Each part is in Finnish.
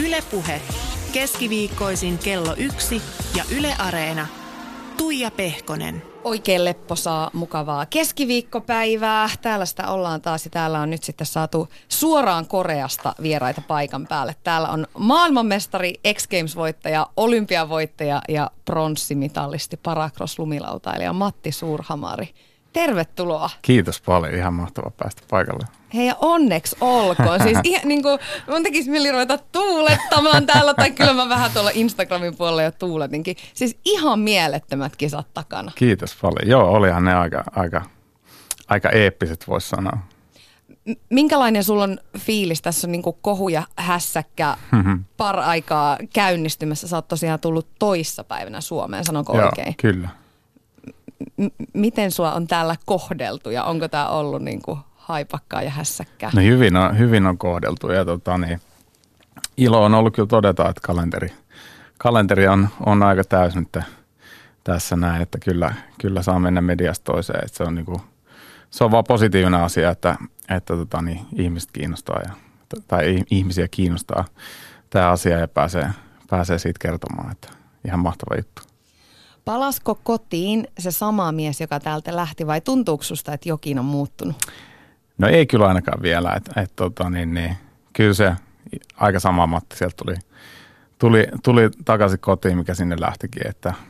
Yle Puhe. Keskiviikkoisin kello 1 ja Yle Areena. Tuija Pehkonen. Oikein lepposaa, mukavaa keskiviikkopäivää. Täällä sitä ollaan taas ja täällä on nyt sitten saatu suoraan Koreasta vieraita paikan päälle. Täällä on maailmanmestari, X Games-voittaja, olympiavoittaja ja pronssimitalisti, paracross-lumilautailija Matti Suurhamari. Tervetuloa. Kiitos paljon, ihan mahtavaa päästä paikalle. Hei ja onneksi olkoon. Siis ihan niin kuin, mun tekisi mieli ruveta tuulettamaan täällä, tai kyllä mä vähän tuolla Instagramin puolella jo tuuletinkin. Siis ihan mielettömät kisat takana. Kiitos paljon. Joo, olihan ne aika eeppiset, voisi sanoa. Minkälainen sulla on fiilis? Tässä on niin kuin kohu ja hässäkkä par-aikaa käynnistymässä. Sä oot tosiaan tullut toissapäivänä Suomeen, sanonko oikein? Joo, kyllä. Miten sua on täällä kohdeltu ja onko tää ollut niin kuin haipakkaa ja hässäkkää? No hyvin on kohdeltu ja ilo on ollut kyllä todeta, että kalenteri on aika täys nyt tässä näin, että kyllä saa mennä mediasta toiseen. Että se on vaan positiivinen asia, että ihmiset kiinnostaa tai ihmisiä kiinnostaa tämä asia ja pääsee siitä kertomaan, että ihan mahtava juttu. Palasko kotiin se sama mies, joka täältä lähti, vai tuntuuko susta, että jokin on muuttunut? No ei kyllä ainakaan vielä. Kyllä se aika sama Matti sieltä tuli takaisin kotiin, mikä sinne lähtikin.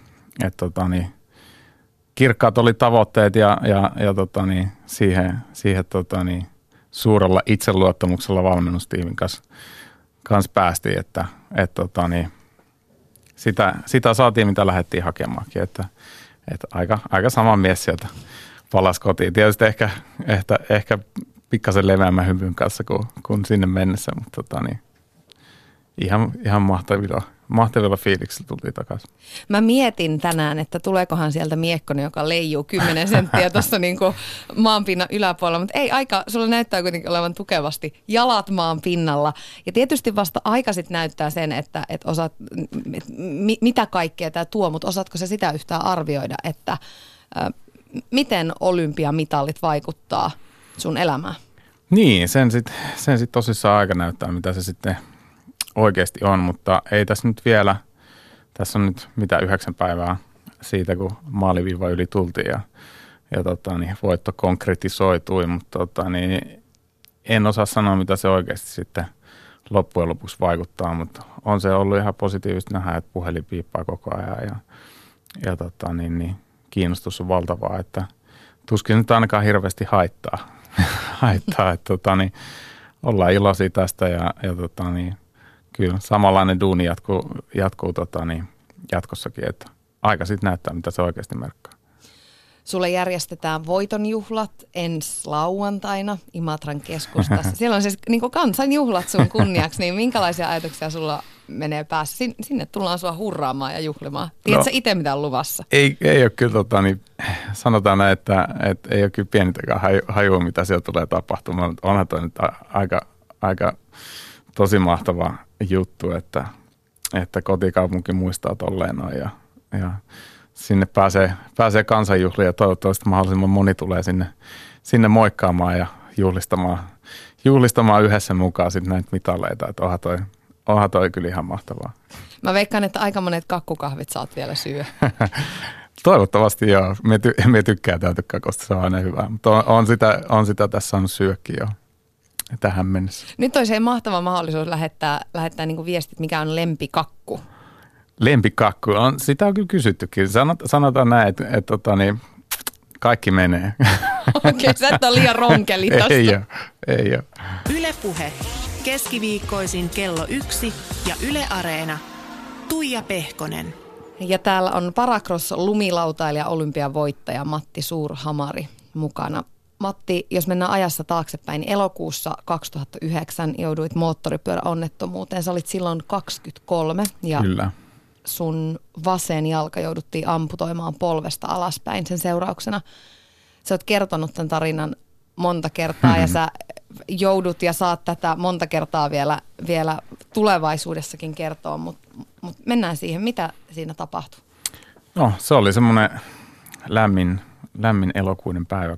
Kirkkaat oli tavoitteet ja siihen suurella itseluottamuksella valmennustiimin kanssa päästiin, että sitä saatiin, mitä lähdettiin hakemaankin, että aika sama mies sieltä palasi kotiin. Tietysti ehkä pikkasen leveämmän hymyn kanssa kuin sinne mennessä, mutta ihan mahtavilla fiiliksillä tultiin takaisin. Mä mietin tänään, että tuleekohan sieltä miekkonen, joka leijuu 10 senttiä tuossa niinku maanpinnan yläpuolella, mutta ei aika, sulla näyttää kuitenkin olevan tukevasti jalat maan pinnalla. Ja tietysti vasta aika sit näyttää sen, että osaat, mitä kaikkea tämä tuo, mutta osaatko sä sitä yhtään arvioida, että miten olympiamitalit vaikuttaa sun elämään? Niin, sen sit tosissaan aika näyttää, mitä se sitten oikeasti on, mutta ei tässä nyt vielä, tässä on nyt 9 päivää siitä, kun maaliviiva yli tultiin ja voitto konkretisoitui, mutta en osaa sanoa, mitä se oikeasti sitten loppujen lopuksi vaikuttaa, mutta on se ollut ihan positiivista nähdä, että puhelin piippaa koko ajan ja kiinnostus on valtavaa, että tuskin nyt ainakaan hirveästi haittaa että ollaan iloisia tästä ja kyllä samanlainen duuni jatkuu jatkossakin, että aika sitten näyttää, mitä se oikeasti merkkaa. Sulle järjestetään voitonjuhlat ensi lauantaina Imatran keskustassa. Siellä on siis niin kansanjuhlat sun kunniaksi, niin minkälaisia ajatuksia sulla menee päässä? Sinne tullaan sua hurraamaan ja juhlimaan. Tiedätkö itse, mitä on luvassa? Ei ole kyllä, sanotaan näin, että ei ole kyllä pienintäkään hajua, mitä siellä tulee tapahtumaan. Onhan toi nyt aika tosi mahtava juttu, että kotikaupunki muistaa tolleen noin ja sinne pääsee kansanjuhliin ja toivottavasti mahdollisimman moni tulee sinne moikkaamaan ja juhlistamaan yhdessä mukaan sitten näitä mitaleita, että onhan toi kyllä ihan mahtavaa. Mä veikkaan, että aika monet kakkukahvit saat vielä syö. Toivottavasti joo. Me tykkää täytykakosta, se on aina hyvä, mutta on sitä tässä saanut syökin jo tähän mennessä. Nyt olisi mahtava mahdollisuus lähettää niin kuin viestit, mikä on lempikakku. Lempikakku, sitä on kyllä kysyttykin. Sanotaan näin, että kaikki menee. Okei, sä et ole liian ronkeli tosta. Ei ole. Yle Puhe. Keskiviikkoisin kello 1 ja Yle Areena. Tuija Pehkonen. Ja täällä on paracross-lumilautailija, olympiavoittaja Matti Suurhamari mukana. Matti, jos mennään ajassa taaksepäin, niin elokuussa 2009 jouduit moottoripyöräonnettomuuteen. Sä olit silloin 23 ja kyllä. Sun vasen jalka jouduttiin amputoimaan polvesta alaspäin sen seurauksena. Sä oot kertonut tämän tarinan monta kertaa ja sä joudut ja saat tätä monta kertaa vielä tulevaisuudessakin kertoa, mutta mennään siihen. Mitä siinä tapahtui? No, se oli semmoinen lämmin elokuinen päivä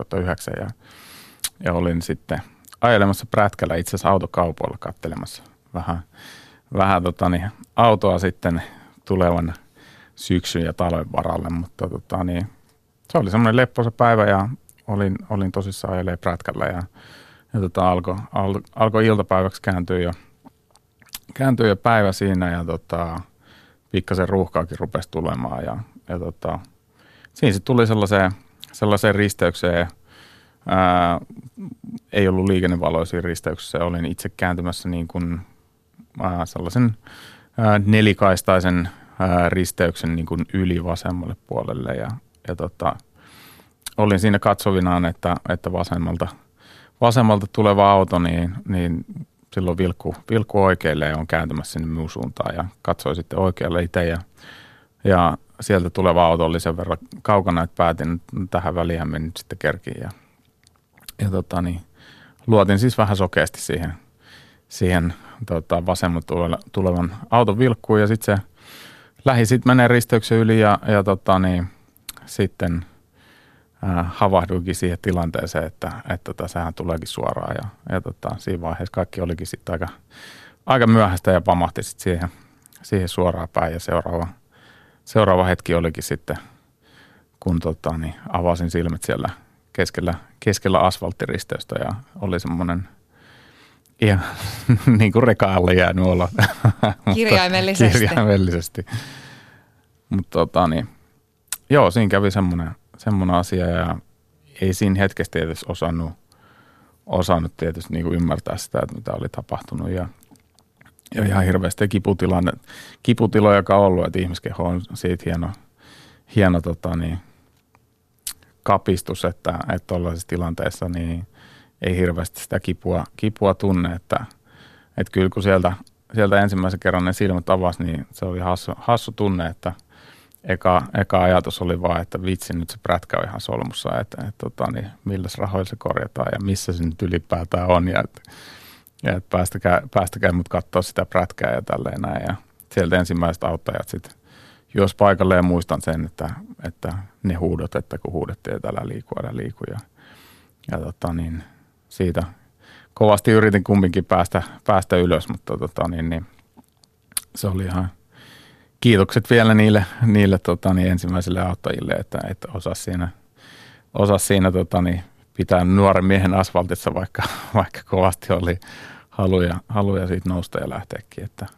3.8.2009 ja olin sitten ajelemassa prätkällä itse asiassa autokaupoilla kattelemassa vähän autoa sitten tulevan syksyn ja talven varalle, mutta se oli semmoinen leppoisa päivä ja olin tosissaan ajelemaan prätkällä ja alkoi iltapäiväksi kääntyy jo päivä siinä ja pikkasen ruuhkaakin rupesi tulemaan ja siinä sitten tuli sellaiseen risteykseen, ei ollut liikennevaloisia risteyksessä, olin itse kääntymässä niin kuin sellaisen nelikaistaisen risteyksen niin kuin yli vasemmalle puolelle ja olin siinä katsovinaan, että vasemmalta tuleva auto, niin silloin vilkku oikealle ja on kääntymässä sinne minun suuntaan ja katsoi sitten oikealle itse ja sieltä tuleva auto oli sen verran kaukana, että päätin, että tähän väliin me nyt sitten kerkiin ja luotin siis vähän sokeasti siihen vasemmalta tulevan auton vilkkuun ja sitten se lähi sitten menee risteyksen yli ja sitten havahduikin siihen tilanteeseen, että sehän tuleekin suoraan ja siinä vaiheessa kaikki olikin sitten aika myöhäistä ja pamahti sitten siihen suoraan päin ja seuraava hetki olikin sitten, kun avasin silmät siellä keskellä asfalttiristeystä ja oli semmoinen ihan niin kuin reka alle jäänyt olla. Kirjaimellisesti. Mutta joo, siinä kävi semmoinen asia ja ei siinä hetkessä tietysti osannut tietysti niin kuin ymmärtää sitä, että mitä oli tapahtunut ja ihan hirveästi kiputiloja, joka on ollut, että ihmiskeho on siitä hieno kapistus, että tuollaisessa tilanteessa niin ei hirveästi sitä kipua tunne, että kyllä kun sieltä ensimmäisen kerran ne silmät avasi, niin se oli hassu tunne, että eka ajatus oli vaan, että vitsi, nyt se prätkä on ihan solmussa, että milläs rahoilla se korjataan ja missä se nyt ylipäätään on ja että päästäkää mut katsoa sitä prätkää ja tälleen näin ja sieltä ensimmäiset auttajat sitten jos paikalle ja muistan sen, että ne huudot, että kun huudettiin, että älä liiku ja siitä kovasti yritin kumminkin päästä ylös, mutta se oli ihan kiitokset vielä niille ensimmäisille auttajille, että osasi siinä pitää nuoren miehen asfaltissa, vaikka kovasti oli haluja siitä nousta ja lähteäkin, että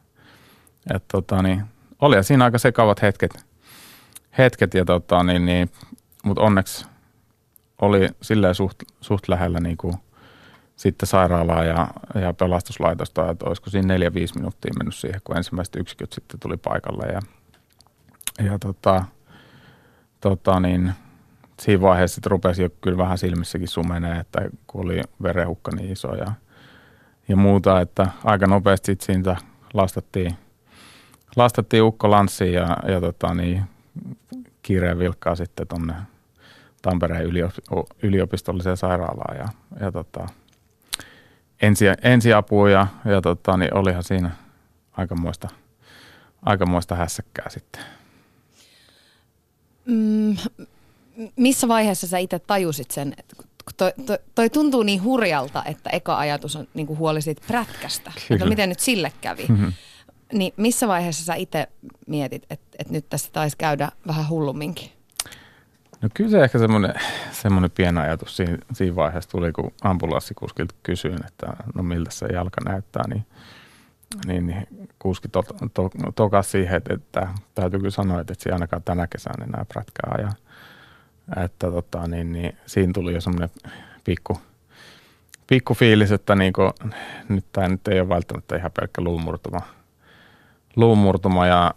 oli siinä aika sekavat hetket ja mutta onneksi oli silleen suht lähellä niin kuin sitten sairaalaa ja pelastuslaitosta, että olisiko siinä 4-5 minuuttia mennyt siihen, kun ensimmäiset yksiköt sitten tuli paikalle ja siinä vaiheessa sitten rupesi jo kyllä vähän silmissäkin sumenee, että kun oli verenhukka niin iso ja muuta, että aika nopeasti sitten siitä lastattiin ukko lanssiin ja kiireen vilkkaa sitten tuonne Tampereen yliopistolliseen sairaalaan ja ensiapua ja olihan siinä aikamoista hässäkkää sitten. Missä vaiheessa sä itse tajusit sen, että toi tuntuu niin hurjalta, että eka ajatus on niin kuin huoli siitä prätkästä, että miten nyt sille kävi. Mm-hmm. Niin missä vaiheessa sä itse mietit, että nyt tässä taisi käydä vähän hullumminkin? No kyllä se ehkä semmoinen pieni ajatus siinä vaiheessa tuli, kun ambulanssikuskilta kysyin, että no miltä se jalka näyttää, niin kuski tokas siihen, että täytyy kyllä sanoa, että se ainakaan tänä kesänä enää prätkää ja että siinä tuli jo semmoinen pikku fiilis, että nyt tämä nyt ei ole välttämättä ihan pelkkä luunmurtuma ja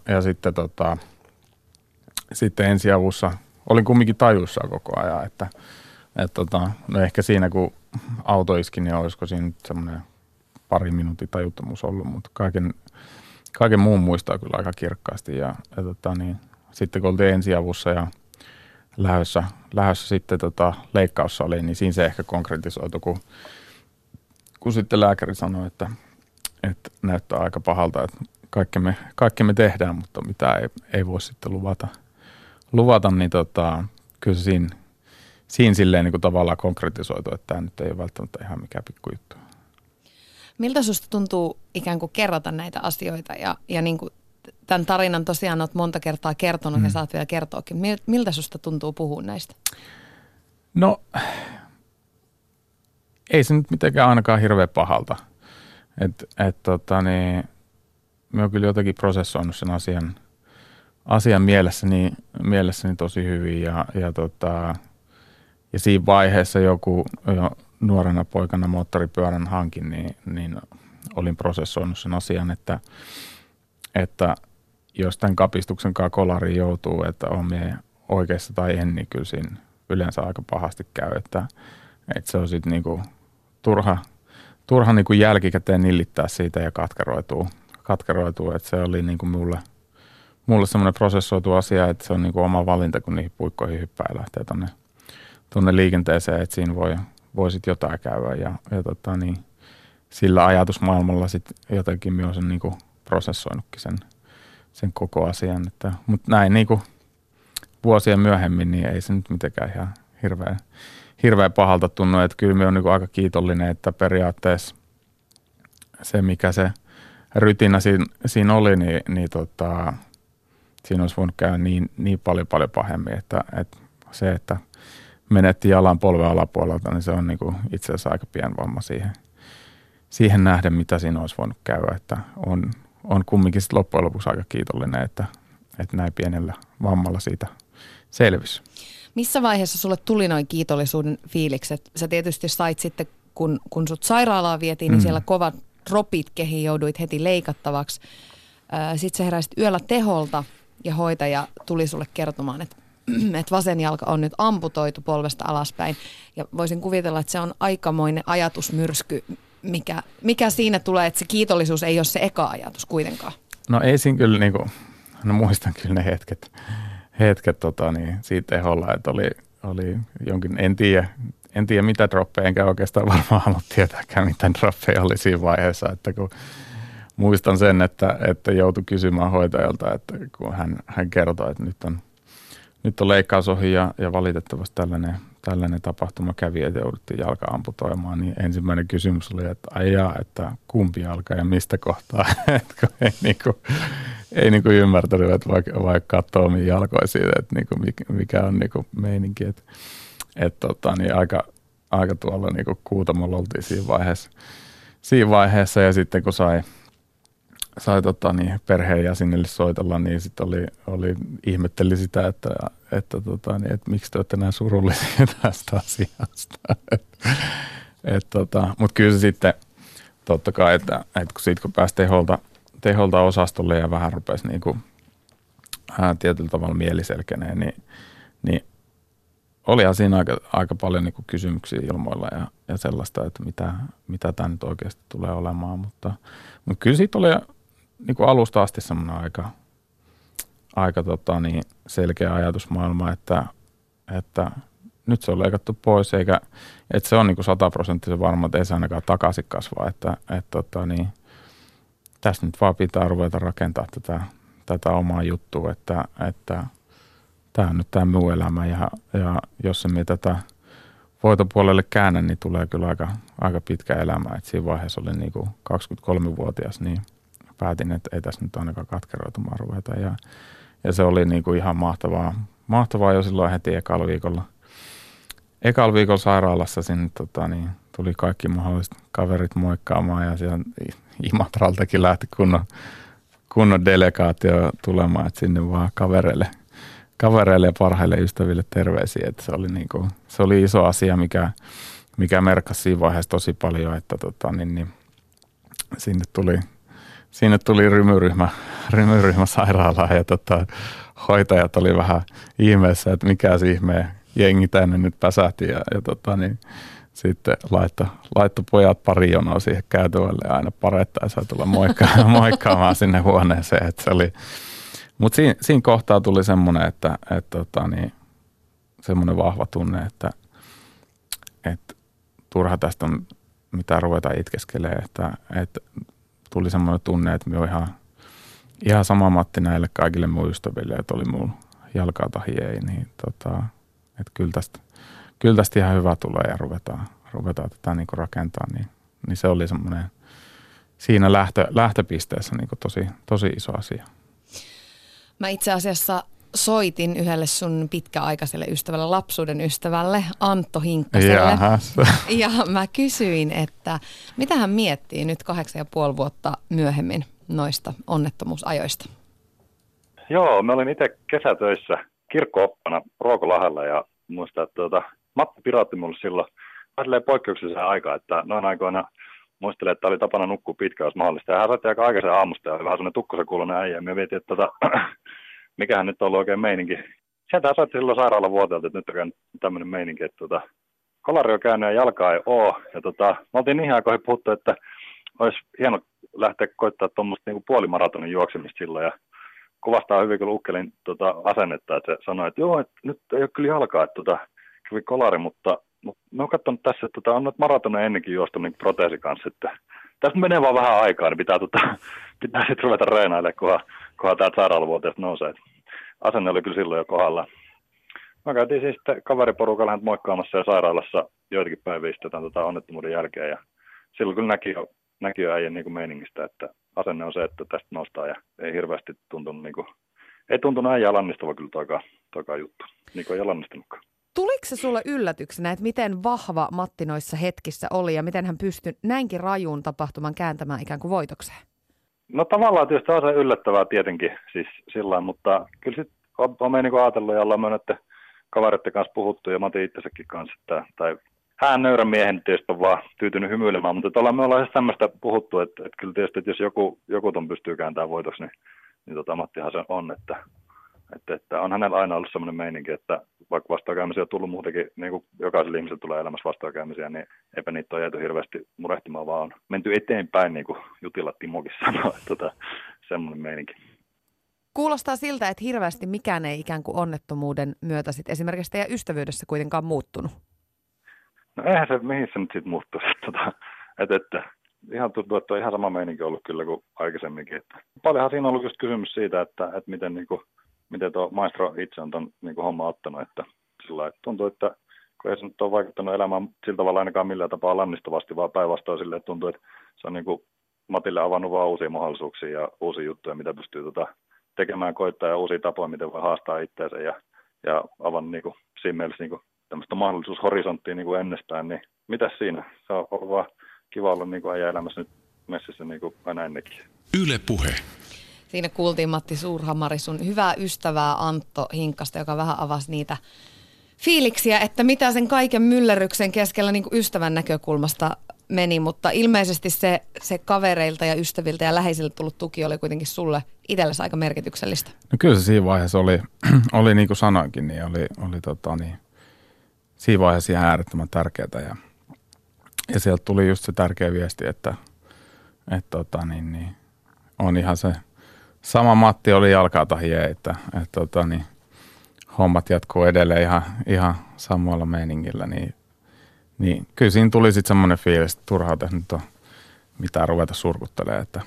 sitten ensiavussa olin kumminkin tajuissaan koko ajan, että no ehkä siinä kun auto iski, niin olisiko siinä nyt semmoinen pari minuutin tajuttomuus ollut, mutta kaiken muun muistaa kyllä aika kirkkaasti ja sitten kun oltiin ensiavussa ja lähdössä sitten leikkaussaliin, niin siinä se ehkä konkretisoitu, kun sitten lääkäri sanoi, että näyttää aika pahalta, että kaikki me tehdään, mutta mitä ei voi sitten luvata niin kyllä se siinä silleen niin kuin tavallaan konkretisoitu, että tämä nyt ei ole välttämättä ihan mikään pikkujuttu. Miltä susta tuntuu ikään kuin kerrata näitä asioita ja niin kuin tämän tarinan tosiaan olet monta kertaa kertonut ja saat vielä kertoakin. Miltä susta tuntuu puhua näistä? No, ei se nyt mitenkään ainakaan hirveän pahalta. Mä oon kyllä jotenkin prosessoinut sen asian mielessäni tosi hyvin ja siinä vaiheessa joku jo nuorena poikana moottoripyörän hankin, niin olin prosessoinut sen asian, että jos tämän kapistuksen kanssa kolariin joutuu, että on mie oikeassa tai en, niin kyllä siinä yleensä aika pahasti käy, että se on sitten niinku turha niinku jälkikäteen nillittää siitä ja katkeroituu, että se oli niinku mulle semmoinen prosessoitu asia, että se on niinku oma valinta, kun niihin puikkoihin hyppää ja lähtee tuonne liikenteeseen, että siinä voi sitten jotain käydä ja sillä ajatusmaailmalla sitten jotenkin minä olen sen niinku prosessoinutkin sen koko asian, mutta näin niinku vuosien myöhemmin, niin ei se nyt mitenkään ihan hirveän pahalta tunnu, että kyllä minä olen niinku aika kiitollinen, että periaatteessa se, mikä se rytinä siinä oli, niin siinä olisi voinut käydä niin paljon pahemmin, että se, että menetti jalan polven alapuolelta, niin se on niinku itse asiassa aika pieni vamma siihen nähden, mitä siinä olisi voinut käydä, että on kumminkin sit loppujen lopuksi aika kiitollinen, että näin pienellä vammalla siitä selvisi. Missä vaiheessa sulle tuli noin kiitollisuuden fiilikset? Sä tietysti sait sitten, kun sut sairaalaan vietiin, niin siellä kovat dropit kehiin jouduit heti leikattavaksi. Sitten sä heräisit yöllä teholta ja hoitaja tuli sulle kertomaan, että vasen jalka on nyt amputoitu polvesta alaspäin. Ja voisin kuvitella, että se on aikamoinen ajatusmyrsky, mikä siinä tulee, että se kiitollisuus ei ole se eka ajatus kuitenkaan. No ei siinä kyllä, muistan kyllä ne hetket siitä teholla, että oli jonkin, en tiedä mitä droppeja, enkä oikeastaan varmaan halunnut tietääkään mitä droppeja oli siinä vaiheessa, että kun muistan sen, että joutui kysymään hoitajalta, että kun hän kertoi, että nyt on leikkaus ohi ja valitettavasti tällainen tapahtuma kävi, että jouduttiin jalka amputoimaan, niin ensimmäinen kysymys oli, että ajaa, että kumpi jalka ja mistä kohtaa, että ei ymmärtänyt, että vaikka katsoo omiin jalkoja siitä, että mikä on meininki, että aika tuolla Kuutamolla oltiin siinä vaiheessa ja sitten kun sai perheenjäsenille soitella, niin sitten ihmetteli sitä, että miksi te olette näin surullisia tästä asiasta. Mutta kyllä se sitten totta kai, että kun pääsi teholta osastolle ja vähän rupesi tietyllä tavalla mieliselkeneen, niin olihan siinä aika paljon kysymyksiä ilmoilla ja sellaista, että mitä tämä nyt oikeasti tulee olemaan, mutta kyllä siitä oli alusta asti semmoinen aika selkeä ajatusmaailma, että nyt se on leikattu pois, eikä että se on 100% varma, että ei se ainakaan takaisin kasvaa, että tässä nyt vaan pitää ruveta rakentaa tätä omaa juttua, että tämä on nyt tämä muu elämä ja jos me tätä voitopuolelle käännän, niin tulee kyllä aika pitkä elämä, että siinä vaiheessa olin 23-vuotias, niin päätin, että ei tässä nyt ainakaan katkeroitumaan ruveta. Ja se oli ihan mahtavaa jo silloin heti ekalla viikolla sairaalassa sinne tuli kaikki mahdolliset kaverit moikkaamaan ja siellä Imatraltakin lähti kunnon delegaatio tulemaan, että sinne vaan kavereille ja parhaille ystäville terveisiä. Että se oli iso asia, mikä merkkasi siinä vaiheessa tosi paljon, että sinne tuli rymyryhmä sairaalaan ja hoitajat oli vähän ihmeessä, että mikä se ihmeen jengi tänne nyt päsähti ja sitten laittoi pojat pari jonoa siihen käytävälle ja aina paretta ja sai tulla moikkaamaan sinne huoneeseen. Että se oli, mutta siinä kohtaa tuli semmoinen, että semmoinen vahva tunne, että turha tästä on mitään ruveta itkeskelemään, että tuli semmoinen tunne, että minä olen ihan sama Matti näille kaikille mun ystäville, että oli mulla jalkaa tahi ei, niin että kyllä tästä ihan hyvä tulee ja ruvetaan tätä rakentaa, niin se oli semmoinen siinä lähtöpisteessä niin kuin tosi iso asia. Mä itse asiassa soitin yhdelle sun pitkäaikaiselle ystävälle, lapsuuden ystävälle, Antto Hinkkaselle. Jahas. Ja mä kysyin, että mitä hän miettii nyt 8,5 vuotta myöhemmin noista onnettomuusajoista. Joo, mä olin itse kesätöissä kirkko-oppana Ruokolahdella ja muistan, että Matti pirautti mulle silloin vähän poikkeuksellisen aikaa, että noin aikoina muistelen, että oli tapana nukkua pitkään, jos mahdollista. Ja hän soitti aika aikaisen aamusta ja oli vähän sellainen tukkosen kuuloinen äijä. Ja me vietiin, että mikähän nyt on ollut oikein meininki. Sieltä hän soitti silloin sairaalavuoteelta, että nyt on käynyt tämmöinen meininki, että kolari on käynyt ja jalkaa ei ole. Ja me oltiin niihin aikoihin puhuttu, että olisi hieno lähteä koittaa tuommoista niinku puolimaratonin juoksemista silloin. Ja kuvastaa hyvin kyllä Ukkelin asennetta, että se sanoi, että joo, että nyt ei ole kyllä jalkaa, että kävi kolari, mutta mä oon katsonut tässä, että on nyt maratoneja ennenkin juosta niin proteesin kanssa, että tässä menee vaan vähän aikaa, niin pitää sitten ruveta reenailemaan, kunhan täältä sairaalavuoteesta nousee. Asenne oli kyllä silloin jo kohdalla. Mä käytiin siis sitten kaveriporukalla häntä moikkaamassa ja sairaalassa joitakin päiviä sitten onnettomuuden jälkeen. Ja silloin kyllä näki jo äijän niin meiningistä, että asenne on se, että tästä nostaa ja ei hirveästi tuntunut, ei tuntunut äijää lannistava kyllä toikaan juttu, niin kuin ei ole lannistanutkaan. Tuliko se sulle yllätyksenä, että miten vahva Matti noissa hetkissä oli ja miten hän pystyi näinkin rajuun tapahtuman kääntämään ikään kuin voitokseen? No tavallaan tietysti on se yllättävää tietenkin siis sillain, mutta kyllä sitten on me niin ajatellut ja ollaan me näiden kavereiden kanssa puhuttu ja Matin itsensäkin kanssa, tai hän nöyrän miehen tietysti on vaan tyytynyt hymyilemään, mutta me ollaan tämmöistä puhuttu, että kyllä tietysti, että jos joku ton pystyy kääntämään voitoksi, niin Mattihan se on, että on hänellä aina ollut semmoinen meininki, että vaikka vastoinkäymisiä on tullut muutenkin, niin kuin jokaisella ihmisellä tulee elämässä vastoinkäymisiä, niin eipä niitä ole jääty hirveästi murehtimaan, vaan on menty eteenpäin, niin kuin Jutila Timokin sanoi, että semmoinen meininki. Kuulostaa siltä, että hirveästi mikään ei ikään kuin onnettomuuden myötä sit esimerkiksi teidän ystävyydessä kuitenkaan muuttunut. No eihän se, mihin se nyt sitten muuttuisi, että ihan tuntuu, että on ihan sama meininki ollut kyllä kuin aikaisemminkin. Että paljonhan siinä on ollut just kysymys siitä, että miten tuo maestro itse on tuon homma ottanut, että sillä tuntuu, että kun ei se nyt ole vaikuttanut elämään sillä tavalla ainakaan millään tapaa lannistavasti, vaan päinvastoin silleen, että tuntuu, että se on Matille avannut vaan uusia mahdollisuuksia ja uusia juttuja, mitä pystyy tekemään, koittaa ja uusia tapoja, miten voi haastaa itseänsä ja avannut siinä mielessä tämmöistä mahdollisuushorisonttia ennestään, niin mitäs siinä? Se on ollut vaan kiva olla äijä elämässä nyt messissä aina ennenkin. Yle Puhe. Siinä kuultiin Matti Suurhamari, sun hyvää ystävää Antto Hinkkasta, joka vähän avasi niitä fiiliksiä, että mitä sen kaiken myllerryksen keskellä niin kuin ystävän näkökulmasta meni, mutta ilmeisesti se kavereilta ja ystäviltä ja läheisiltä tullut tuki oli kuitenkin sulle itsellesi aika merkityksellistä. No kyllä se siinä vaiheessa oli niin kuin sanoinkin, niin oli siinä vaiheessa ihan äärettömän tärkeää ja sieltä tuli just se tärkeä viesti, että on ihan se sama Matti oli jalkaa tahi ei, että hommat jatkuu edelleen ihan samalla meiningillä, niin kyllä siinä tuli sitten semmoinen fiilis, että turhaa tässä nyt on mitään ruveta surkuttelemaan, että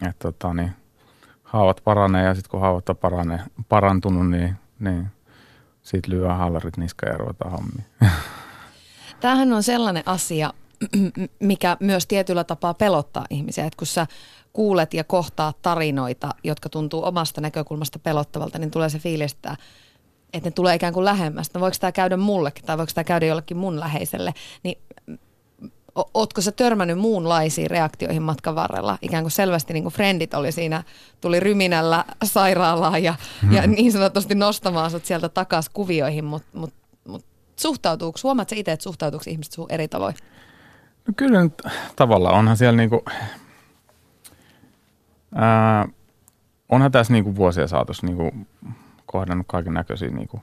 haavat paranee ja sitten kun haavat on parantunut, niin siitä lyö hallarit niskaan ja ruvetaan hommiin. Tämähän on sellainen asia, mikä myös tietyllä tapaa pelottaa ihmisiä, että kun sä kuulet ja kohtaat tarinoita, jotka tuntuu omasta näkökulmasta pelottavalta, niin tulee se fiilis, että ne tulee ikään kuin lähemmäs. No voiko tämä käydä mullekin tai voiko tämä käydä jollekin mun läheiselle? Niin ootko sä törmännyt muunlaisiin reaktioihin matkan varrella? Ikään kuin selvästi niin kuin frendit oli siinä, tuli ryminällä sairaalaan ja niin sanotusti nostamaan sut sieltä takaisin kuvioihin, mutta huomaat sä itse, että suhtautuuko ihmiset suhun eri tavoin? No kyllä nyt tavallaan onhan siellä niinku, onhan tässä niinku vuosien saatossa niinku kohdannut kaiken näköisiä niinku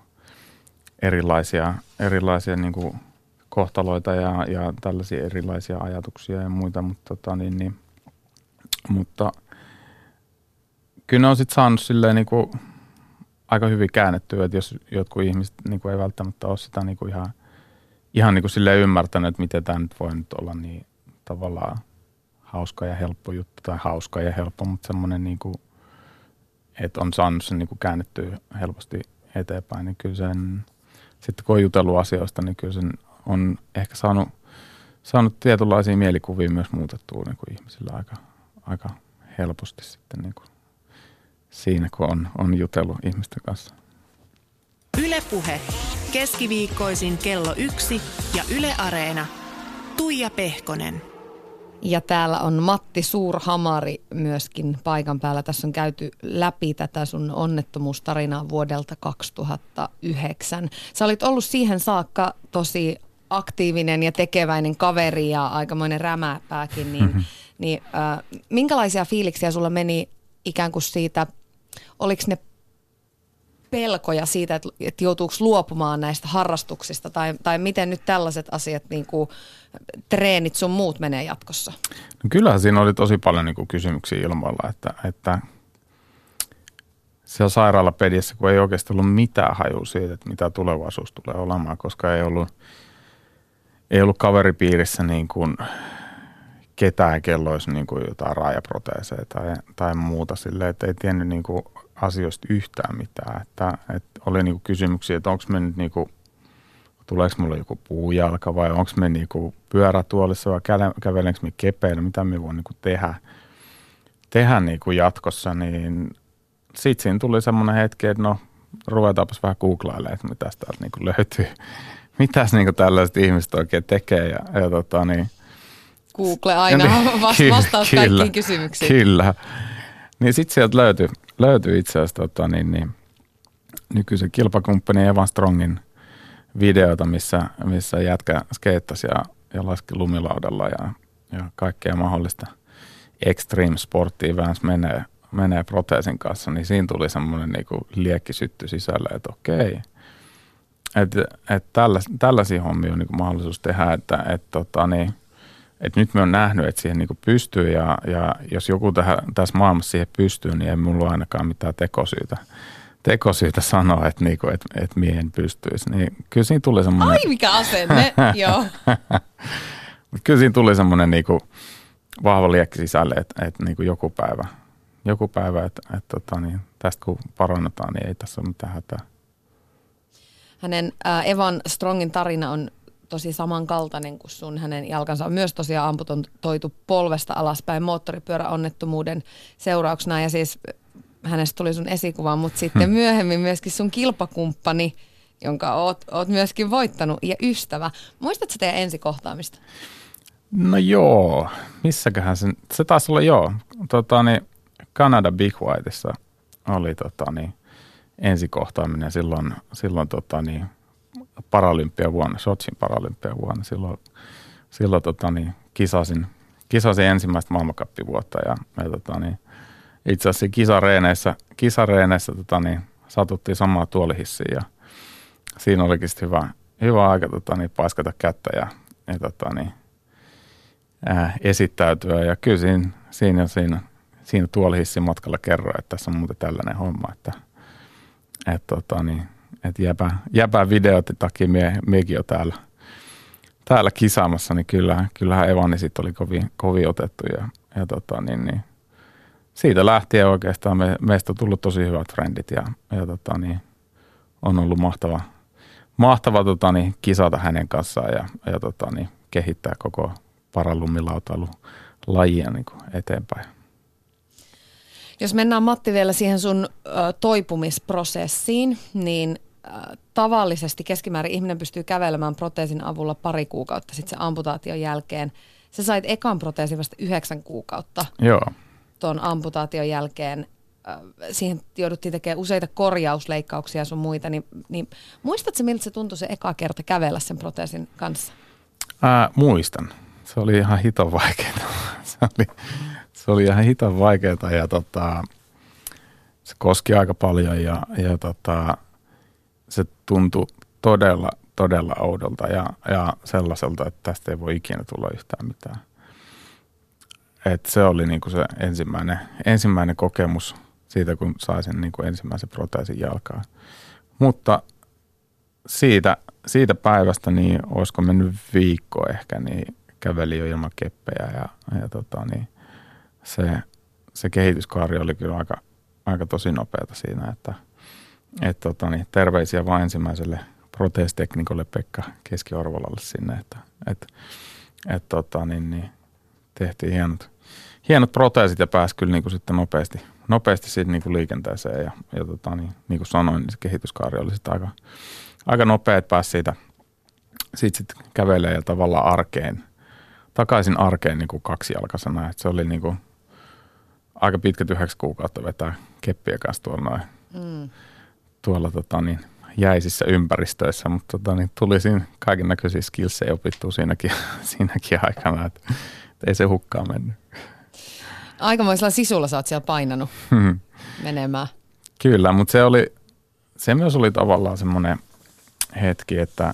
erilaisia niinku kohtaloita ja tällaisia erilaisia ajatuksia ja muita, mutta kyllä ne on sitten saanut silleen niinku aika hyvin käännettyä, että jos jotkut ihmiset niinku ei välttämättä ole sitä niinku ihan niinku silleen ymmärtänyt, että miten tämä nyt voi nyt olla niin tavallaan hauska ja helppo juttu, tai hauska ja helppo, mutta semmoinen niinku, että on saanut sen niinku käännettyä helposti eteenpäin, niin kyllä sen, sitten kun on jutellut asioista, niin kyllä sen on ehkä saanut tietynlaisia mielikuvia myös muutettua niin kuin ihmisillä aika helposti sitten niin kuin siinä, kun on jutellut ihmisten kanssa. Yle Puhe. Keskiviikkoisin kello 1 ja Yle Areena. Tuija Pehkonen. Ja täällä on Matti Suurhamari myöskin paikan päällä. Tässä on käyty läpi tätä sun onnettomuustarinaa vuodelta 2009. Sä olit ollut siihen saakka tosi aktiivinen ja tekeväinen kaveri ja aikamoinen rämäpääkin. Minkälaisia fiiliksiä sulla meni ikään kuin siitä, oliko ne pelkoja siitä, että joutuuko luopumaan näistä harrastuksista tai miten nyt tällaiset asiat, niin kuin treenit sun muut menee jatkossa? No kyllähän siinä oli tosi paljon niin kuin kysymyksiä ilmoilla, että siellä sairaalapedissä, kun ei oikeasti ollut mitään hajua siitä, että mitä tulevaisuus tulee olemaan, koska ei ollut kaveripiirissä niin kuin ketään, kello olisi niin kuin jotain raajaproteeseja tai muuta silleen, että ei tiennyt niin kuin asioista yhtään mitään. Että oli niin kuin kysymyksiä, että onko me nyt niin kuin, tuleeko mulle joku puujalka vai onko me niin kuin pyörätuolissa vai kävelenkö me kepeillä, mitä me voin niin kuin tehdä niin kuin jatkossa, niin sitten siinä tuli semmoinen hetki, että no ruvetaanpas vähän googlailemaan, että mitäs täältä niin kuin löytyy, mitäs niin kuin tällaiset ihmiset oikein tekee ja Google aina vastaus kaikkiin kysymyksiin. Kyllä. Niin sitten sieltä löytyi itse asiassa nykyisen kilpakumppani Evan Strongin videota, missä jätkä skeittasi ja laski lumilaudalla ja kaikkea mahdollista extreme sporttia väänsi menee proteesin kanssa, niin siinä tuli semmoinen niinku liekki sytty sisälle, että okei. Että tällaisia hommia on niinku mahdollisuus tehdä, että nyt me on nähnyt, että siihen niinku pystyy ja jos joku tässä maailmassa siihen pystyy, niin ei mulla ole ainakaan mitään tekosyytä sanoa, että niinku, et miehen pystyisi. Niin kyllä siinä tuli semmoinen... Ai mikä asenne, joo. Kyllä siinä tuli semmoinen niinku vahva liekki sisälle, että niinku joku päivä että tästä kun parannetaan, niin ei tässä ole mitään hätää. Hänen Evan Strongin tarina on tosi samankaltainen kuin sun. Hänen jalkansa on myös tosiaan amputoitu polvesta alaspäin moottoripyöräonnettomuuden seurauksena. Ja siis hänestä tuli sun esikuva, mutta sitten myöhemmin myöskin sun kilpakumppani, jonka oot myöskin voittanut, ja ystävä. Muistatko teidän ensikohtaamista? No joo, missäköhän se taisi olla joo. Canada Big Whiteissa oli ensikohtaaminen silloin paralympiavuonna, Sotsin paralympiavuonna. Silloin kisasin ensimmäistä maailmankappivuotta ja itse asiassa kisareeneissä satuttiin samaa tuolihissiä ja siinä olikin hyvä aika paiskata kättä ja esittäytyä ja kyllä siinä tuolihissin matkalla kerroin, että tässä on muuten tällainen homma, että jäpää videot takia miekin jo täällä kisaamassa, niin kyllähän Evani sitten oli kovin otettu ja siitä lähtien oikeastaan meistä on tullut tosi hyvät frendit ja on ollut mahtava kisata hänen kanssaan ja kehittää koko paralumilautailulajia niin kuin eteenpäin. Jos mennään Matti vielä siihen sun toipumisprosessiin, niin tavallisesti keskimäärin ihminen pystyy kävelemään proteesin avulla 2 kuukautta sitten sen amputaation jälkeen. Sä sait ekan proteesin vasta 9 kuukautta. Joo. Tuon amputaation jälkeen. Siihen jouduttiin tekemään useita korjausleikkauksia ja sun muita. Niin muistatko miltä se tuntui se eka kerta kävellä sen proteesin kanssa? Muistan. Se oli ihan hiton vaikeaa. Se oli ihan hiton vaikeaa ja se koski aika paljon ja se tuntui todella oudolta ja sellaiselta, että tästä ei voi ikinä tulla yhtään mitään. Et se oli niinku se ensimmäinen kokemus siitä, kun sai sen niinku ensimmäisen proteesin jalkaan. Mutta siitä päivästä, niin olisiko mennyt viikko ehkä, niin käveli jo ilman keppejä ja se kehityskaari oli kyllä aika tosi nopeata siinä, että terveisiä vain ensimmäiselle proteesiteknikolle Pekka Keski-Orvolalle sinne, että tehtiin hienot proteesit ja pääsi kyllä niin kuin sitten nopeasti siitä niin kuin liikenteeseen ja niin kuin sanoin, niin se kehityskaari oli sitten aika nopea, että pääsi siitä sitten kävelee ja tavallaan takaisin arkeen niin kuin kaksijalkaisena, että se oli niin kuin aika pitkät 9 kuukautta vetää keppiä kanssa tuolla jäisissä ympäristöissä, mutta tuli siinä kaiken näköisiä skillsejä opittua siinäkin aikana, että ei se hukkaan mennyt. Aikamoisella sisulla sä oot siellä painanut menemään. Kyllä, mutta se myös oli tavallaan semmoinen hetki, että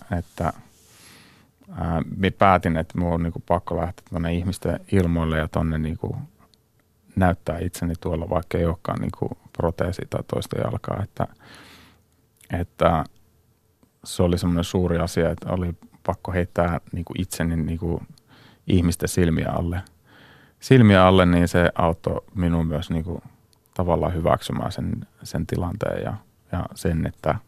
minä päätin, että minun on niinku pakko lähteä tuonne ihmisten ilmoille ja tuonne niinku näyttää itseni tuolla, vaikka ei olekaan niinku proteesi tai toista jalkaa, että se oli semmoinen suuri asia, että oli pakko heittää niinku itseni niinku ihmisten silmiä alle, niin se auttoi minun myös niinku tavallaan hyväksymään sen tilanteen ja sen,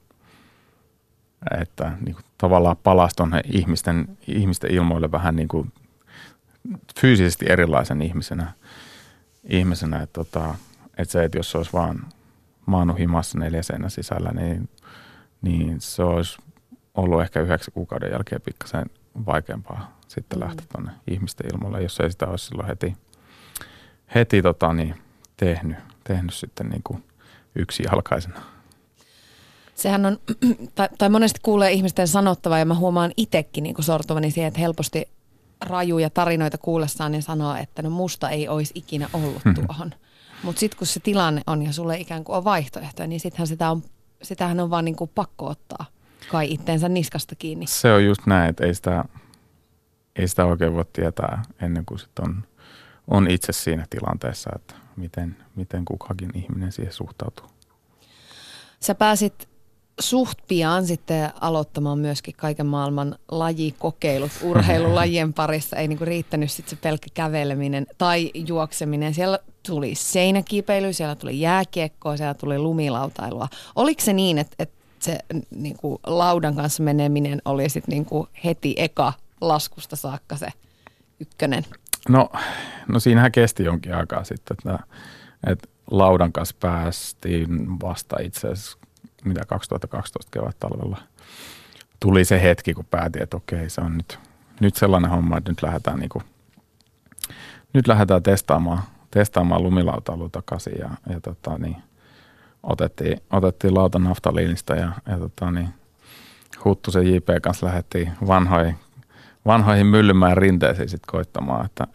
että niinku tavallaan palasi tuonne ihmisten ilmoille vähän niinku fyysisesti erilaisen ihmisenä että se, että jos se olisi vaan maannut himassa 4 seinän sisällä, niin se olisi ollut ehkä 9 kuukauden jälkeen pikkasen vaikeampaa sitten lähteä tuonne ihmisten ilmoille, jos ei sitä olisi silloin heti tehnyt sitten niin kuin yksijalkaisena. Sehän on, tai monesti kuulee ihmisten sanottavaa ja mä huomaan itsekin niin sortuvani siihen, että helposti rajuja tarinoita kuullessaan niin sanoo, että no musta ei olisi ikinä ollut tuohon. Mutta sitten kun se tilanne on ja sulle ikään kuin on vaihtoehtoja, niin sitähän on vaan niin kuin pakko ottaa kai itteensä niskasta kiinni. Se on just näin, että ei sitä oikein voi tietää ennen kuin sit on itse siinä tilanteessa, että miten kukakin ihminen siihen suhtautuu. Sä pääsit suht pian sitten aloittamaan myöskin kaiken maailman lajikokeilut urheilulajien parissa. Ei niinku riittänyt sitten se pelkkä käveleminen tai juokseminen. Siellä tuli seinäkiipeily, siellä tuli jääkiekkoa, siellä tuli lumilautailua. Oliko se niin, että se niinku laudan kanssa meneminen oli sitten niinku heti eka laskusta saakka se ykkönen? No siinähän kesti jonkin aikaa sitten, että laudan kanssa päästiin vasta itse asiassa 2012 kevättalvella. Tuli se hetki, kun päätin, että okei, se on nyt sellainen homma, että nyt lähdetään testaamaan lumilautailua takaisin ja otettiin lauta naftaliinista ja Huttusen JP kanssa lähdettiin vanhoihin Myllymäen rinteisiin sit koittamaan, että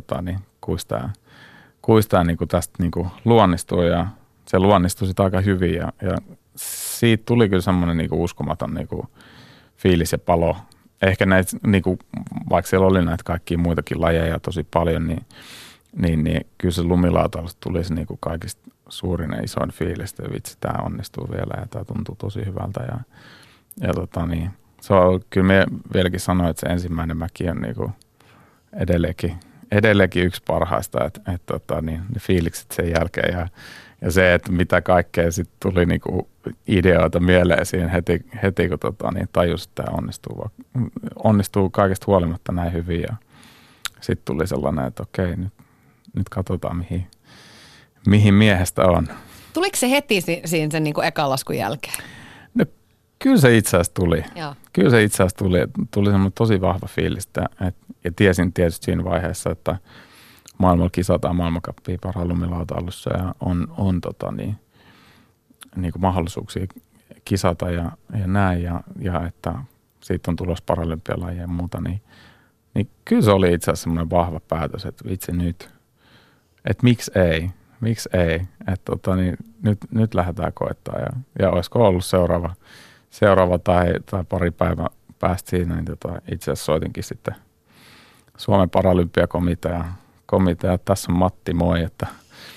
kuistaa niinku tästä niinku luonnistuu ja se luonnistui sit aika hyvin ja siitä tuli kyllä semmoinen niinku uskomaton niinku fiilis ja palo. Ehkä näitä, niinku, vaikka siellä oli näitä kaikkia muitakin lajeja tosi paljon, niin kyllä se lumilautailusta tuli se niinku kaikista suurin ja isoin fiilis, että vitsi, tämä onnistuu vielä ja tämä tuntuu tosi hyvältä ja se on, kyllä me vieläkin sanoin, että se ensimmäinen mäki on niinku edelleenkin yksi parhaista, että ne fiilikset sen jälkeen ja se, että mitä kaikkea sitten tuli niinku ideoita mieleen siihen heti kun tajus, että tämä onnistuu kaikesta huolimatta näin hyvin ja sitten tuli sellainen, että okei, nyt katsotaan mihin miehestä on. Tuliko se heti siinä sen niinku ekan laskun jälkeen? No, kyllä se itse asiassa tuli. Kyllä se itse asiassa tuli semmoinen tosi vahva fiilis, ja tiesin tietysti siinä vaiheessa, että maailmalla kisataan maailmankappia parhaan lumilautailussa ja on niin kuin mahdollisuuksia kisata ja näin ja että siitä on tulossa paralympialajeja ja muuta, niin kyllä se oli itse asiassa semmoinen vahva päätös, että vitsi nyt, että miksi ei, että nyt lähdetään koettaa ja olisiko ollut seuraava tai pari päivää päästä siinä, niin itse asiassa soitinkin sitten Suomen Paralympiakomitea, tässä on Matti, moi, että